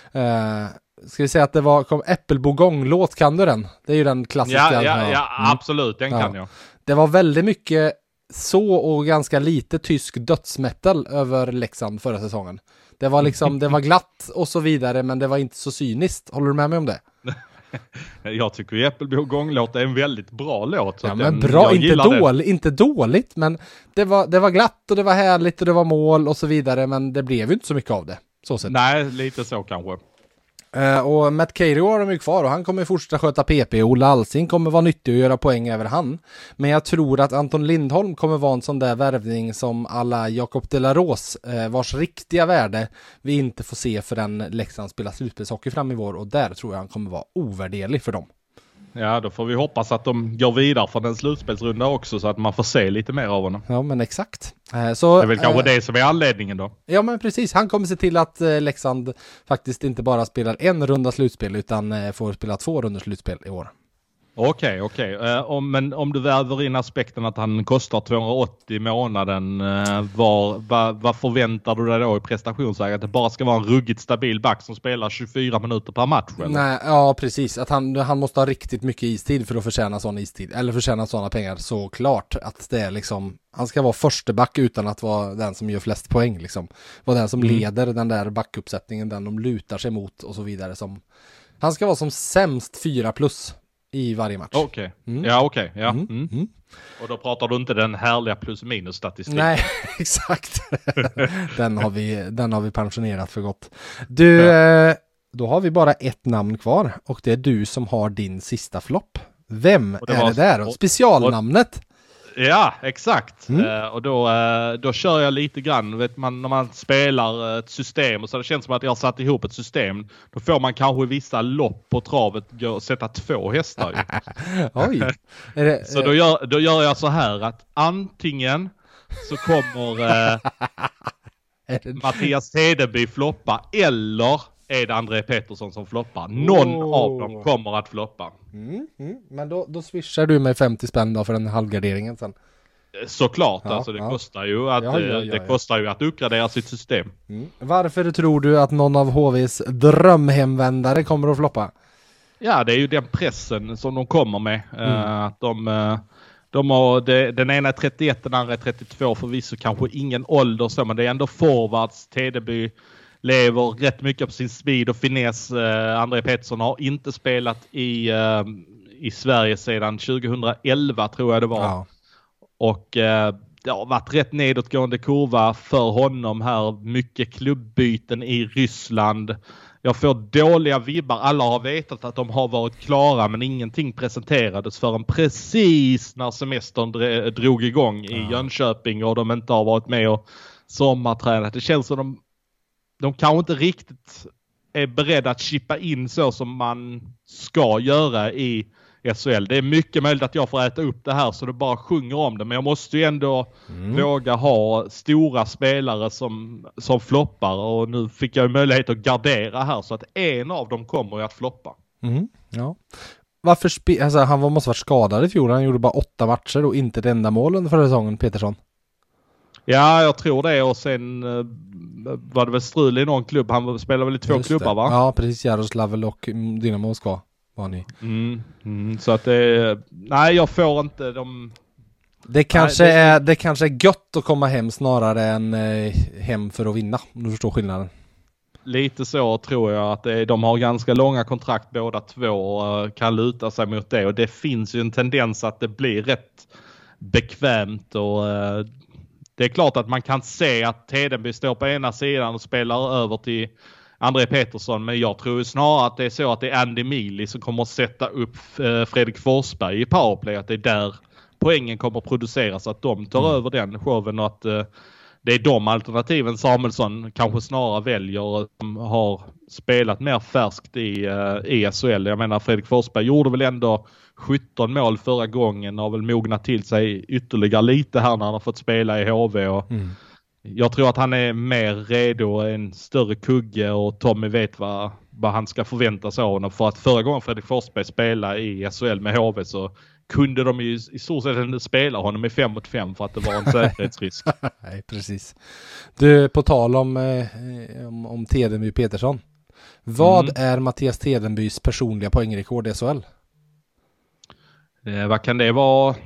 Ska vi säga att det kom Äppelbo gånglåt, kan du den? Det är ju den klassiska. Ja, absolut, den kan jag. Det var väldigt mycket så och ganska lite tysk dödsmetal över Leksand förra säsongen. Det var liksom, det var glatt och så vidare, men det var inte så cyniskt. Håller du med mig om det? Jag tycker ju Äppelbo gånglåt är en väldigt bra låt. Så ja, men bra, inte dåligt, men det var glatt och det var härligt och det var mål och så vidare, men det blev ju inte så mycket av det. Så sett. Nej, lite så kanske. Och Matt Carey har de ju kvar och han kommer fortsätta sköta PP. Ola Alsing kommer vara nyttig och göra poäng över han. Men jag tror att Anton Lindholm kommer vara en sån där värvning som alla Jakob de la Rose, vars riktiga värde vi inte får se för den Leksand spelar slutspelshockey fram i vår, och där tror jag han kommer vara ovärderlig för dem. Ja, då får vi hoppas att de går vidare från en slutspelsrunda också, så att man får se lite mer av honom. Ja, men exakt. Så, det är väl kanske det som är anledningen då. Ja, men precis. Han kommer se till att Leksand faktiskt inte bara spelar en runda slutspel, utan får spela 2 rundor slutspel i år. Okej. Men om du väver in aspekten att han kostar 280 i månaden, vad förväntar du dig då i prestationsväg? Att det bara ska vara en ruggigt stabil back som spelar 24 minuter per match? Eller? Nej, ja precis. Att han måste ha riktigt mycket istid för att förtjäna sån istid. Eller förtjäna sådana pengar, såklart. Att det är liksom, han ska vara första back utan att vara den som gör flest poäng. Liksom. Vara den som leder den där backuppsättningen, den de lutar sig mot och så vidare. Han ska vara som sämst 4+ i varje match. Okej. Ja. Och då pratar du inte den härliga plus-minus-statistiken. Nej, exakt. den har vi pensionerat för gott. Du, då har vi bara ett namn kvar, och det är du som har din sista flopp. Vem är det där? Specialnamnet. Ja, exakt. Och då kör jag lite grann. Vet man, när man spelar ett system och så det känns som att jag har satt ihop ett system, då får man kanske vissa lopp på travet sätta 2 hästar. Oj. Så då gör jag så här att antingen så kommer Mattias Hedeby floppa, eller är det André Pettersson som floppar. Någon av dem kommer att floppa. Men då swishar du mig 50 spänn då för den halvgarderingen sen. Såklart, alltså det kostar ju att det kostar ju att uppgradera sitt system. Varför tror du att någon av HVs drömhemvändare kommer att floppa? Ja, det är ju den pressen som de kommer med. Att de har den ena är 31, den andra är 32, förvisso kanske ingen ålder så, men det är ändå forwards. Hedeby lever rätt mycket på sin speed och finess. André Pettersson har inte spelat i Sverige sedan 2011 tror jag det var. Ja. Och det har varit rätt nedåtgående kurva för honom här. Mycket klubbbyten i Ryssland. Jag får dåliga vibbar. Alla har vetat att de har varit klara, men ingenting presenterades förrän precis när semestern drog igång i Jönköping och de inte har varit med och sommartränat. Det känns som de kanske inte riktigt är beredda att chippa in så som man ska göra i SHL. Det är mycket möjligt att jag får äta upp det här så det bara sjunger om det. Men jag måste ju ändå våga ha stora spelare som floppar. Och nu fick jag möjlighet att gardera här så att en av dem kommer att floppa. Ja. Varför han måste varit skadad i fjol. Han gjorde bara 8 matcher och inte ett enda mål under förra säsongen, Petersson. Ja, jag tror det. Och sen var det väl strul i någon klubb. Han spelade väl i 2 klubbar, va? Ja, precis. Jaroslav och Dynamo Moskva var ni. Så att nej, jag får inte de... Det kanske är gött att komma hem snarare än hem för att vinna. Om du förstår skillnaden. lite så tror jag att de har ganska långa kontrakt båda två och kan luta sig mot det. Och det finns ju en tendens att det blir rätt bekvämt och det är klart att man kan se att Tedenby står på ena sidan och spelar över till André Petersson, men jag tror snarare att det är så att det är Andy Mili som kommer att sätta upp Fredrik Forsberg i powerplay, att det är där poängen kommer att produceras, att de tar över den showen och att det är de alternativen Samuelsson kanske snarare väljer som har spelat mer färskt i SHL. Jag menar Fredrik Forsberg gjorde väl ändå 17 mål förra gången och har väl mognat till sig ytterligare lite här när han har fått spela i HV och jag tror att han är mer redo, en större kugge och Tommy vet vad han ska förvänta sig av honom. För att förra gången Fredrik Forsberg spelade i SHL med HV så kunde de ju i stort sett inte spela honom i 5-mot-5 för att det var en säkerhetsrisk. Nej, precis. Du, på tal om Tedenby Petersson. Vad är Mattias Tedenbys personliga poängrekord i SHL? Vad kan det vara?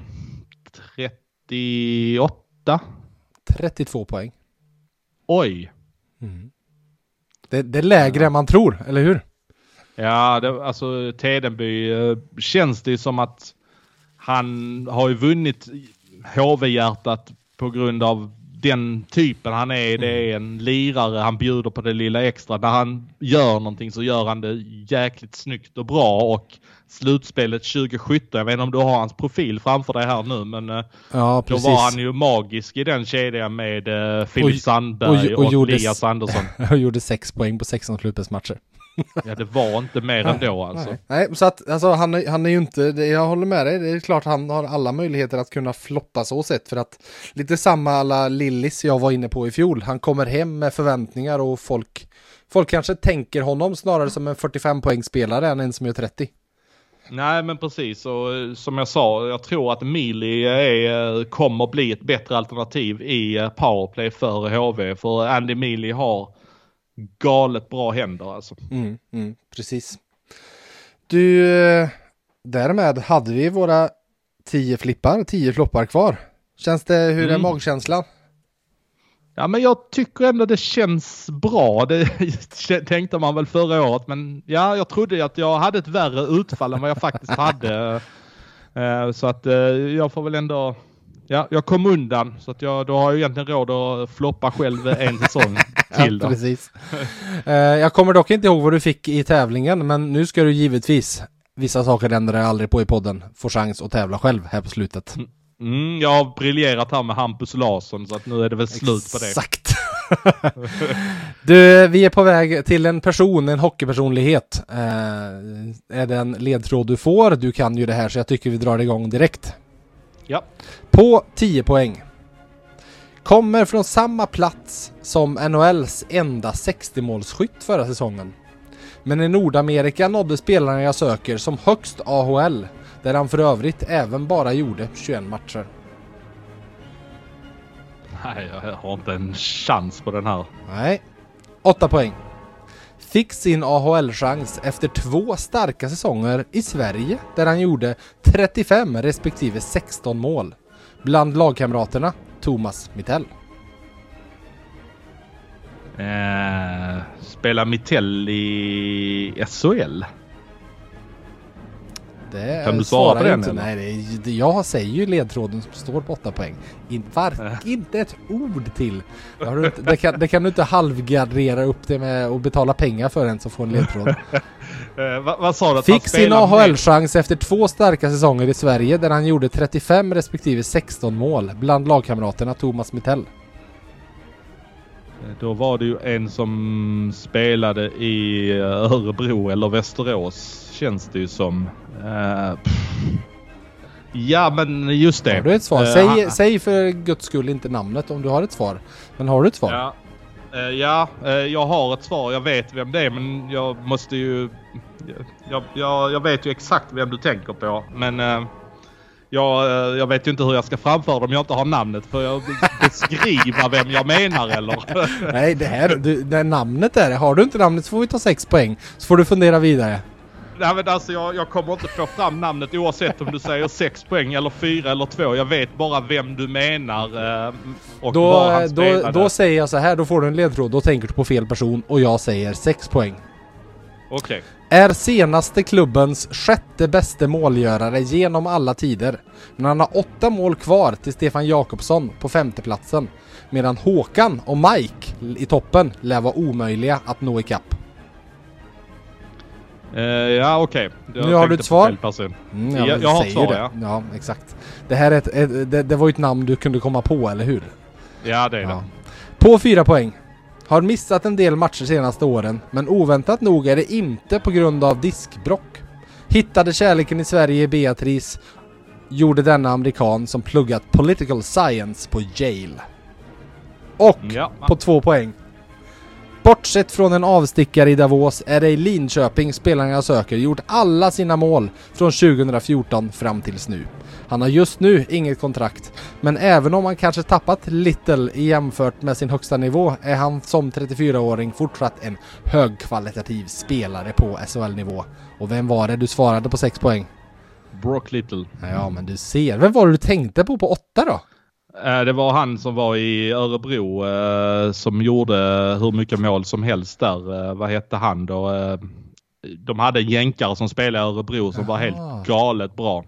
38? 32 poäng. Oj! Det är lägre än man tror, eller hur? Ja, alltså Tedenby känns det som att han har ju vunnit HV-hjärtat på grund av den typen han är. Det är en lirare, han bjuder på det lilla extra. När han gör någonting så gör han det jäkligt snyggt och bra. Och slutspelet 2017, jag vet inte om du har hans profil framför dig här nu, men ja, då var han ju magisk i den kedjan med Filip Sandberg och Elias Andersson. Och gjorde 6 poäng på 16 slutspelsmatcher. Ja, det var inte mer än då alltså. Nej, så att alltså, han är ju inte, jag håller med dig, det är klart han har alla möjligheter att kunna floppa så sett, för att lite samma alla Lillis jag var inne på i fjol, han kommer hem med förväntningar och folk kanske tänker honom snarare som en 45-poängsspelare än en som gör 30. Nej, men precis, och som jag sa, jag tror att Mili kommer bli ett bättre alternativ i powerplay för HV, för Andy Mili har galet bra händer alltså. Precis. Du, därmed hade vi våra 10 floppar kvar. Hur är magkänslan? Ja, men jag tycker ändå det känns bra. Det tänkte man väl förra året, men ja, jag trodde att jag hade ett värre utfall än vad jag faktiskt hade. Så att jag får väl ändå... Ja, jag kom undan, så att då har jag egentligen råd att floppa själv en säsong till. Ja, precis. Jag kommer dock inte ihåg vad du fick i tävlingen, men nu ska du givetvis, vissa saker ändrar jag aldrig på i podden, få chans att tävla själv här på slutet. Jag har briljerat här med Hampus Larsson, så att nu är det väl slut på det. Exakt. Du, vi är på väg till en hockeypersonlighet. Är det en ledtråd du får? Du kan ju det här, så jag tycker vi drar igång direkt. Ja. På 10 poäng. Kommer från samma plats som NHLs enda 60-målsskytt förra säsongen. Men i Nordamerika nådde spelarna jag söker som högst AHL, där han för övrigt även bara gjorde 21 matcher. Nej, jag har inte en chans på den här. Nej. 8 poäng. Fick sin AHL-chans efter 2 starka säsonger i Sverige, där han gjorde 35 respektive 16 mål. Bland lagkamraterna Thomas Mittell. Spelar Mittell i SHL? Kan du svara på den? Inte. Nej, jag säger ju ledtråden som står på 8 poäng. Inte ett ord till. Det kan du inte halvgardera upp det med att betala pengar för en som får en ledtråd. Vad sa du? Fick sin AHL-chans efter 2 starka säsonger i Sverige, där han gjorde 35 respektive 16 mål. Bland lagkamraterna Thomas Mittell. Då var det ju en som spelade i Örebro eller Västerås, känns det ju som. Ja, men just det. Har du ett svar? Säg för guds skull inte namnet om du har ett svar. Men har du ett svar? Ja, jag har ett svar. Jag vet vem det är, men jag måste ju... Jag vet ju exakt vem du tänker på. Men jag vet ju inte hur jag ska framföra om jag inte har namnet. För jag beskriva vem jag menar, eller? Nej, det namnet är det. Har du inte namnet så får vi ta 6 poäng. Så får du fundera vidare. Nej, men alltså jag kommer inte få fram namnet oavsett om du säger 6 poäng eller 4 eller 2. Jag vet bara vem du menar och var han spelade. Då säger jag så här, då får du en ledtråd. Då tänker du på fel person och jag säger 6 poäng. Okej. Är senaste klubbens sjätte bästa målgörare genom alla tider. Men han har 8 mål kvar till Stefan Jakobsson på 5:e platsen. Medan Håkan och Mike i toppen lär vara omöjliga att nå ikapp. Ja, okej. Nu har du ett svar. Jag har ett svar, det. Ja, exakt. Det här är det var ju ett namn du kunde komma på, eller hur? Ja, det är det. På 4 poäng. Har missat en del matcher senaste åren, men oväntat nog är det inte på grund av diskbrock. Hittade kärleken i Sverige i Beatrice, gjorde denna amerikan som pluggat political science på Yale. Och på 2 poäng. Bortsett från en avstickare i Davos är det i Linköping spelarna söker gjort alla sina mål från 2014 fram tills nu. Han har just nu inget kontrakt, men även om han kanske tappat little jämfört med sin högsta nivå är han som 34-åring fortsatt en högkvalitativ spelare på SHL-nivå. Och vem var det du svarade på 6 poäng? Brock Little. Ja, men du ser. Vem var det du tänkte på 8 då? Det var han som var i Örebro som gjorde hur mycket mål som helst där. Vad hette han då? De hade jänkare som spelade i Örebro som var helt galet bra.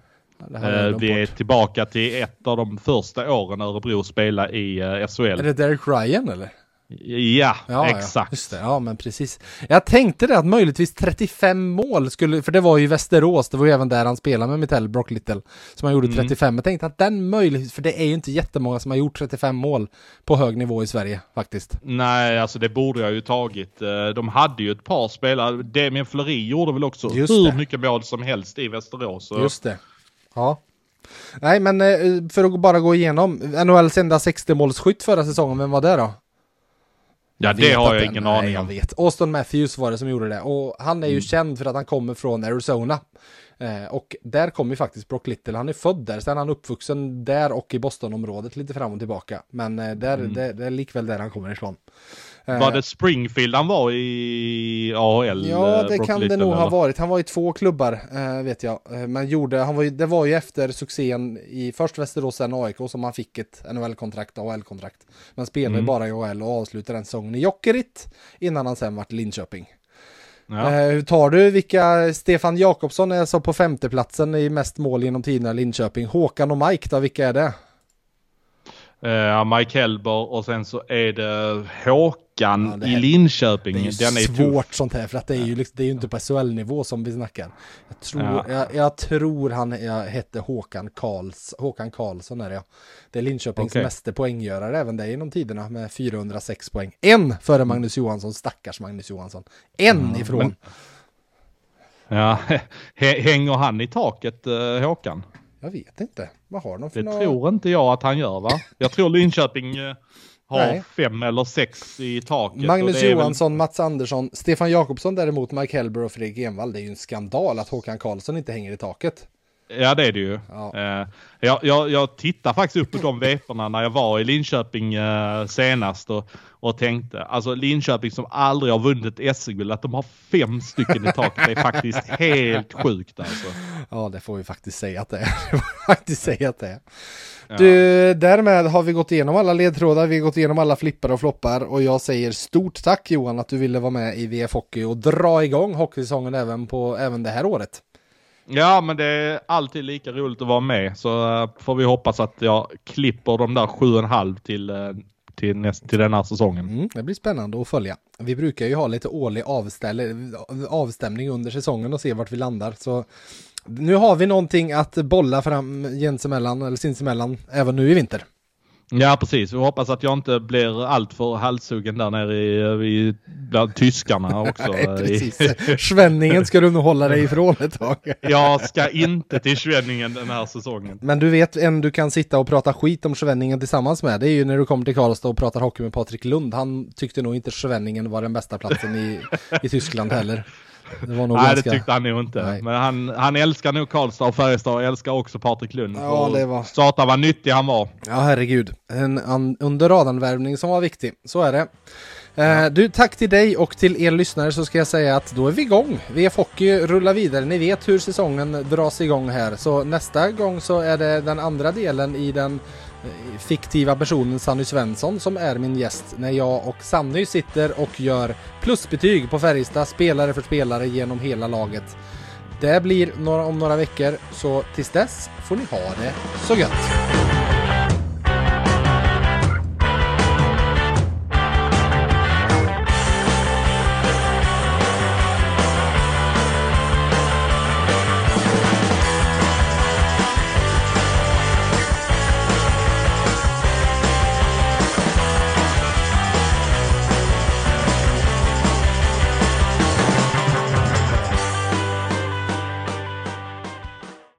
Vi är tillbaka till ett av de första åren Örebro spelade i SHL. Är det Derek Ryan eller? Ja, exakt. Ja, just det. Ja, men precis. Jag tänkte det att möjligtvis 35 mål skulle, för det var ju Västerås, det var ju även där han spelade med Mitell Brock Little, som han gjorde 35. Jag tänkte att den möjlighet, för det är ju inte jättemånga som har gjort 35 mål på hög nivå i Sverige faktiskt. Nej, alltså det borde jag ju tagit. De hade ju ett par spelare. Damien Fleury gjorde väl också hur mycket mål som helst i Västerås. Så. Just det. Ja. Nej, men för att bara gå igenom NHLs enda 60-målsskytt förra säsongen, vem var det då? Ja, det har jag ingen aning om. Jag vet. Auston Matthews var det som gjorde det. Och han är ju känd för att han kommer från Arizona. Och där kommer ju faktiskt Brock Little. Han är född där. Sen är han uppvuxen där och i Bostonområdet lite fram och tillbaka. Men det är likväl där han kommer ifrån. Var det Springfield han var i AHL? Ja, det Brock kan Little, det nog eller? ha varit. Han var i 2 klubbar, vet jag. Men det var ju efter succén i först Västerås, sen AIK, som han fick ett NHL-kontrakt, AHL-kontrakt. Men spelade bara i AHL och avslutade den säsongen i Jokerit innan han sen vart i Linköping. Ja. Hur tar du vilka? Stefan Jakobsson är så på 5:e platsen i mest mål genom tiderna i Linköping. Håkan och Mike då, vilka är det? Mike Hellberg och sen så är det Håkan i Linköping. Det är ju svårt sånt här, för att det är ju inte på SHL-nivå som vi snackar. Jag tror han hette Håkan Karlsson är det. Det är Linköpings meste poänggörare även det inom tiderna med 406 poäng. En före Magnus Johansson, stackars Magnus Johansson. Ifrån. Hänger han i taket, Håkan? Jag vet inte. Vad har de för tror inte jag att han gör, va? Jag tror Linköping har 5 eller 6 i taket. Magnus Johansson, Mats Andersson, Stefan Jakobsson däremot, Mike Hellberg och Fredrik Envall. Det är ju en skandal att Håkan Karlsson inte hänger i taket. Ja, det är det ju. Ja. Jag tittar faktiskt upp på de veporna när jag var i Linköping senast och tänkte, alltså Linköping som aldrig har vunnit SM-guld, att de har 5 stycken i taket, det är faktiskt helt sjukt alltså. Ja, det får vi faktiskt säga att det är. Du, därmed har vi gått igenom alla ledtrådar, vi har gått igenom alla flippar och floppar, och jag säger stort tack Johan att du ville vara med i VF Hockey och dra igång hockeysäsongen även det här året. Ja, men det är alltid lika roligt att vara med, så får vi hoppas att jag klipper de där 7,5 till den här säsongen. Det blir spännande att följa. Vi brukar ju ha lite årlig avstämning under säsongen och se vart vi landar, så nu har vi någonting att bolla fram sinsemellan även nu i vinter. Ja, precis. Vi hoppas att jag inte blir allt för halssugen där nere bland tyskarna också. Nej, precis. Schwenningen ska du nog hålla dig ifrån ett tag. Jag ska inte till Schwenningen den här säsongen. Men du vet du kan sitta och prata skit om Schwenningen tillsammans med. Det är ju när du kommer till Karlstad och pratar hockey med Patrik Lund. Han tyckte nog inte Schwenningen var den bästa platsen i Tyskland heller. Det var nog Nej, ganska... det tyckte han nog inte. Nej. Men han älskar nog Karlstad och Färjestad och älskar också Patrik Lund. Ja, det var... Satan vad nyttig han var. Ja, herregud. En under radarvärvning som var viktig. Så är det. Du, tack till dig och till er lyssnare, så ska jag säga att då är vi igång. VF Hockey rullar vidare. Ni vet hur säsongen dras igång här. Så nästa gång så är det den andra delen i den fiktiva personen Sanny Svensson som är min gäst. När jag och Sanny sitter och gör plusbetyg på Färjestad spelare för spelare genom hela laget. Det blir om några veckor, så tills dess får ni ha det så gött.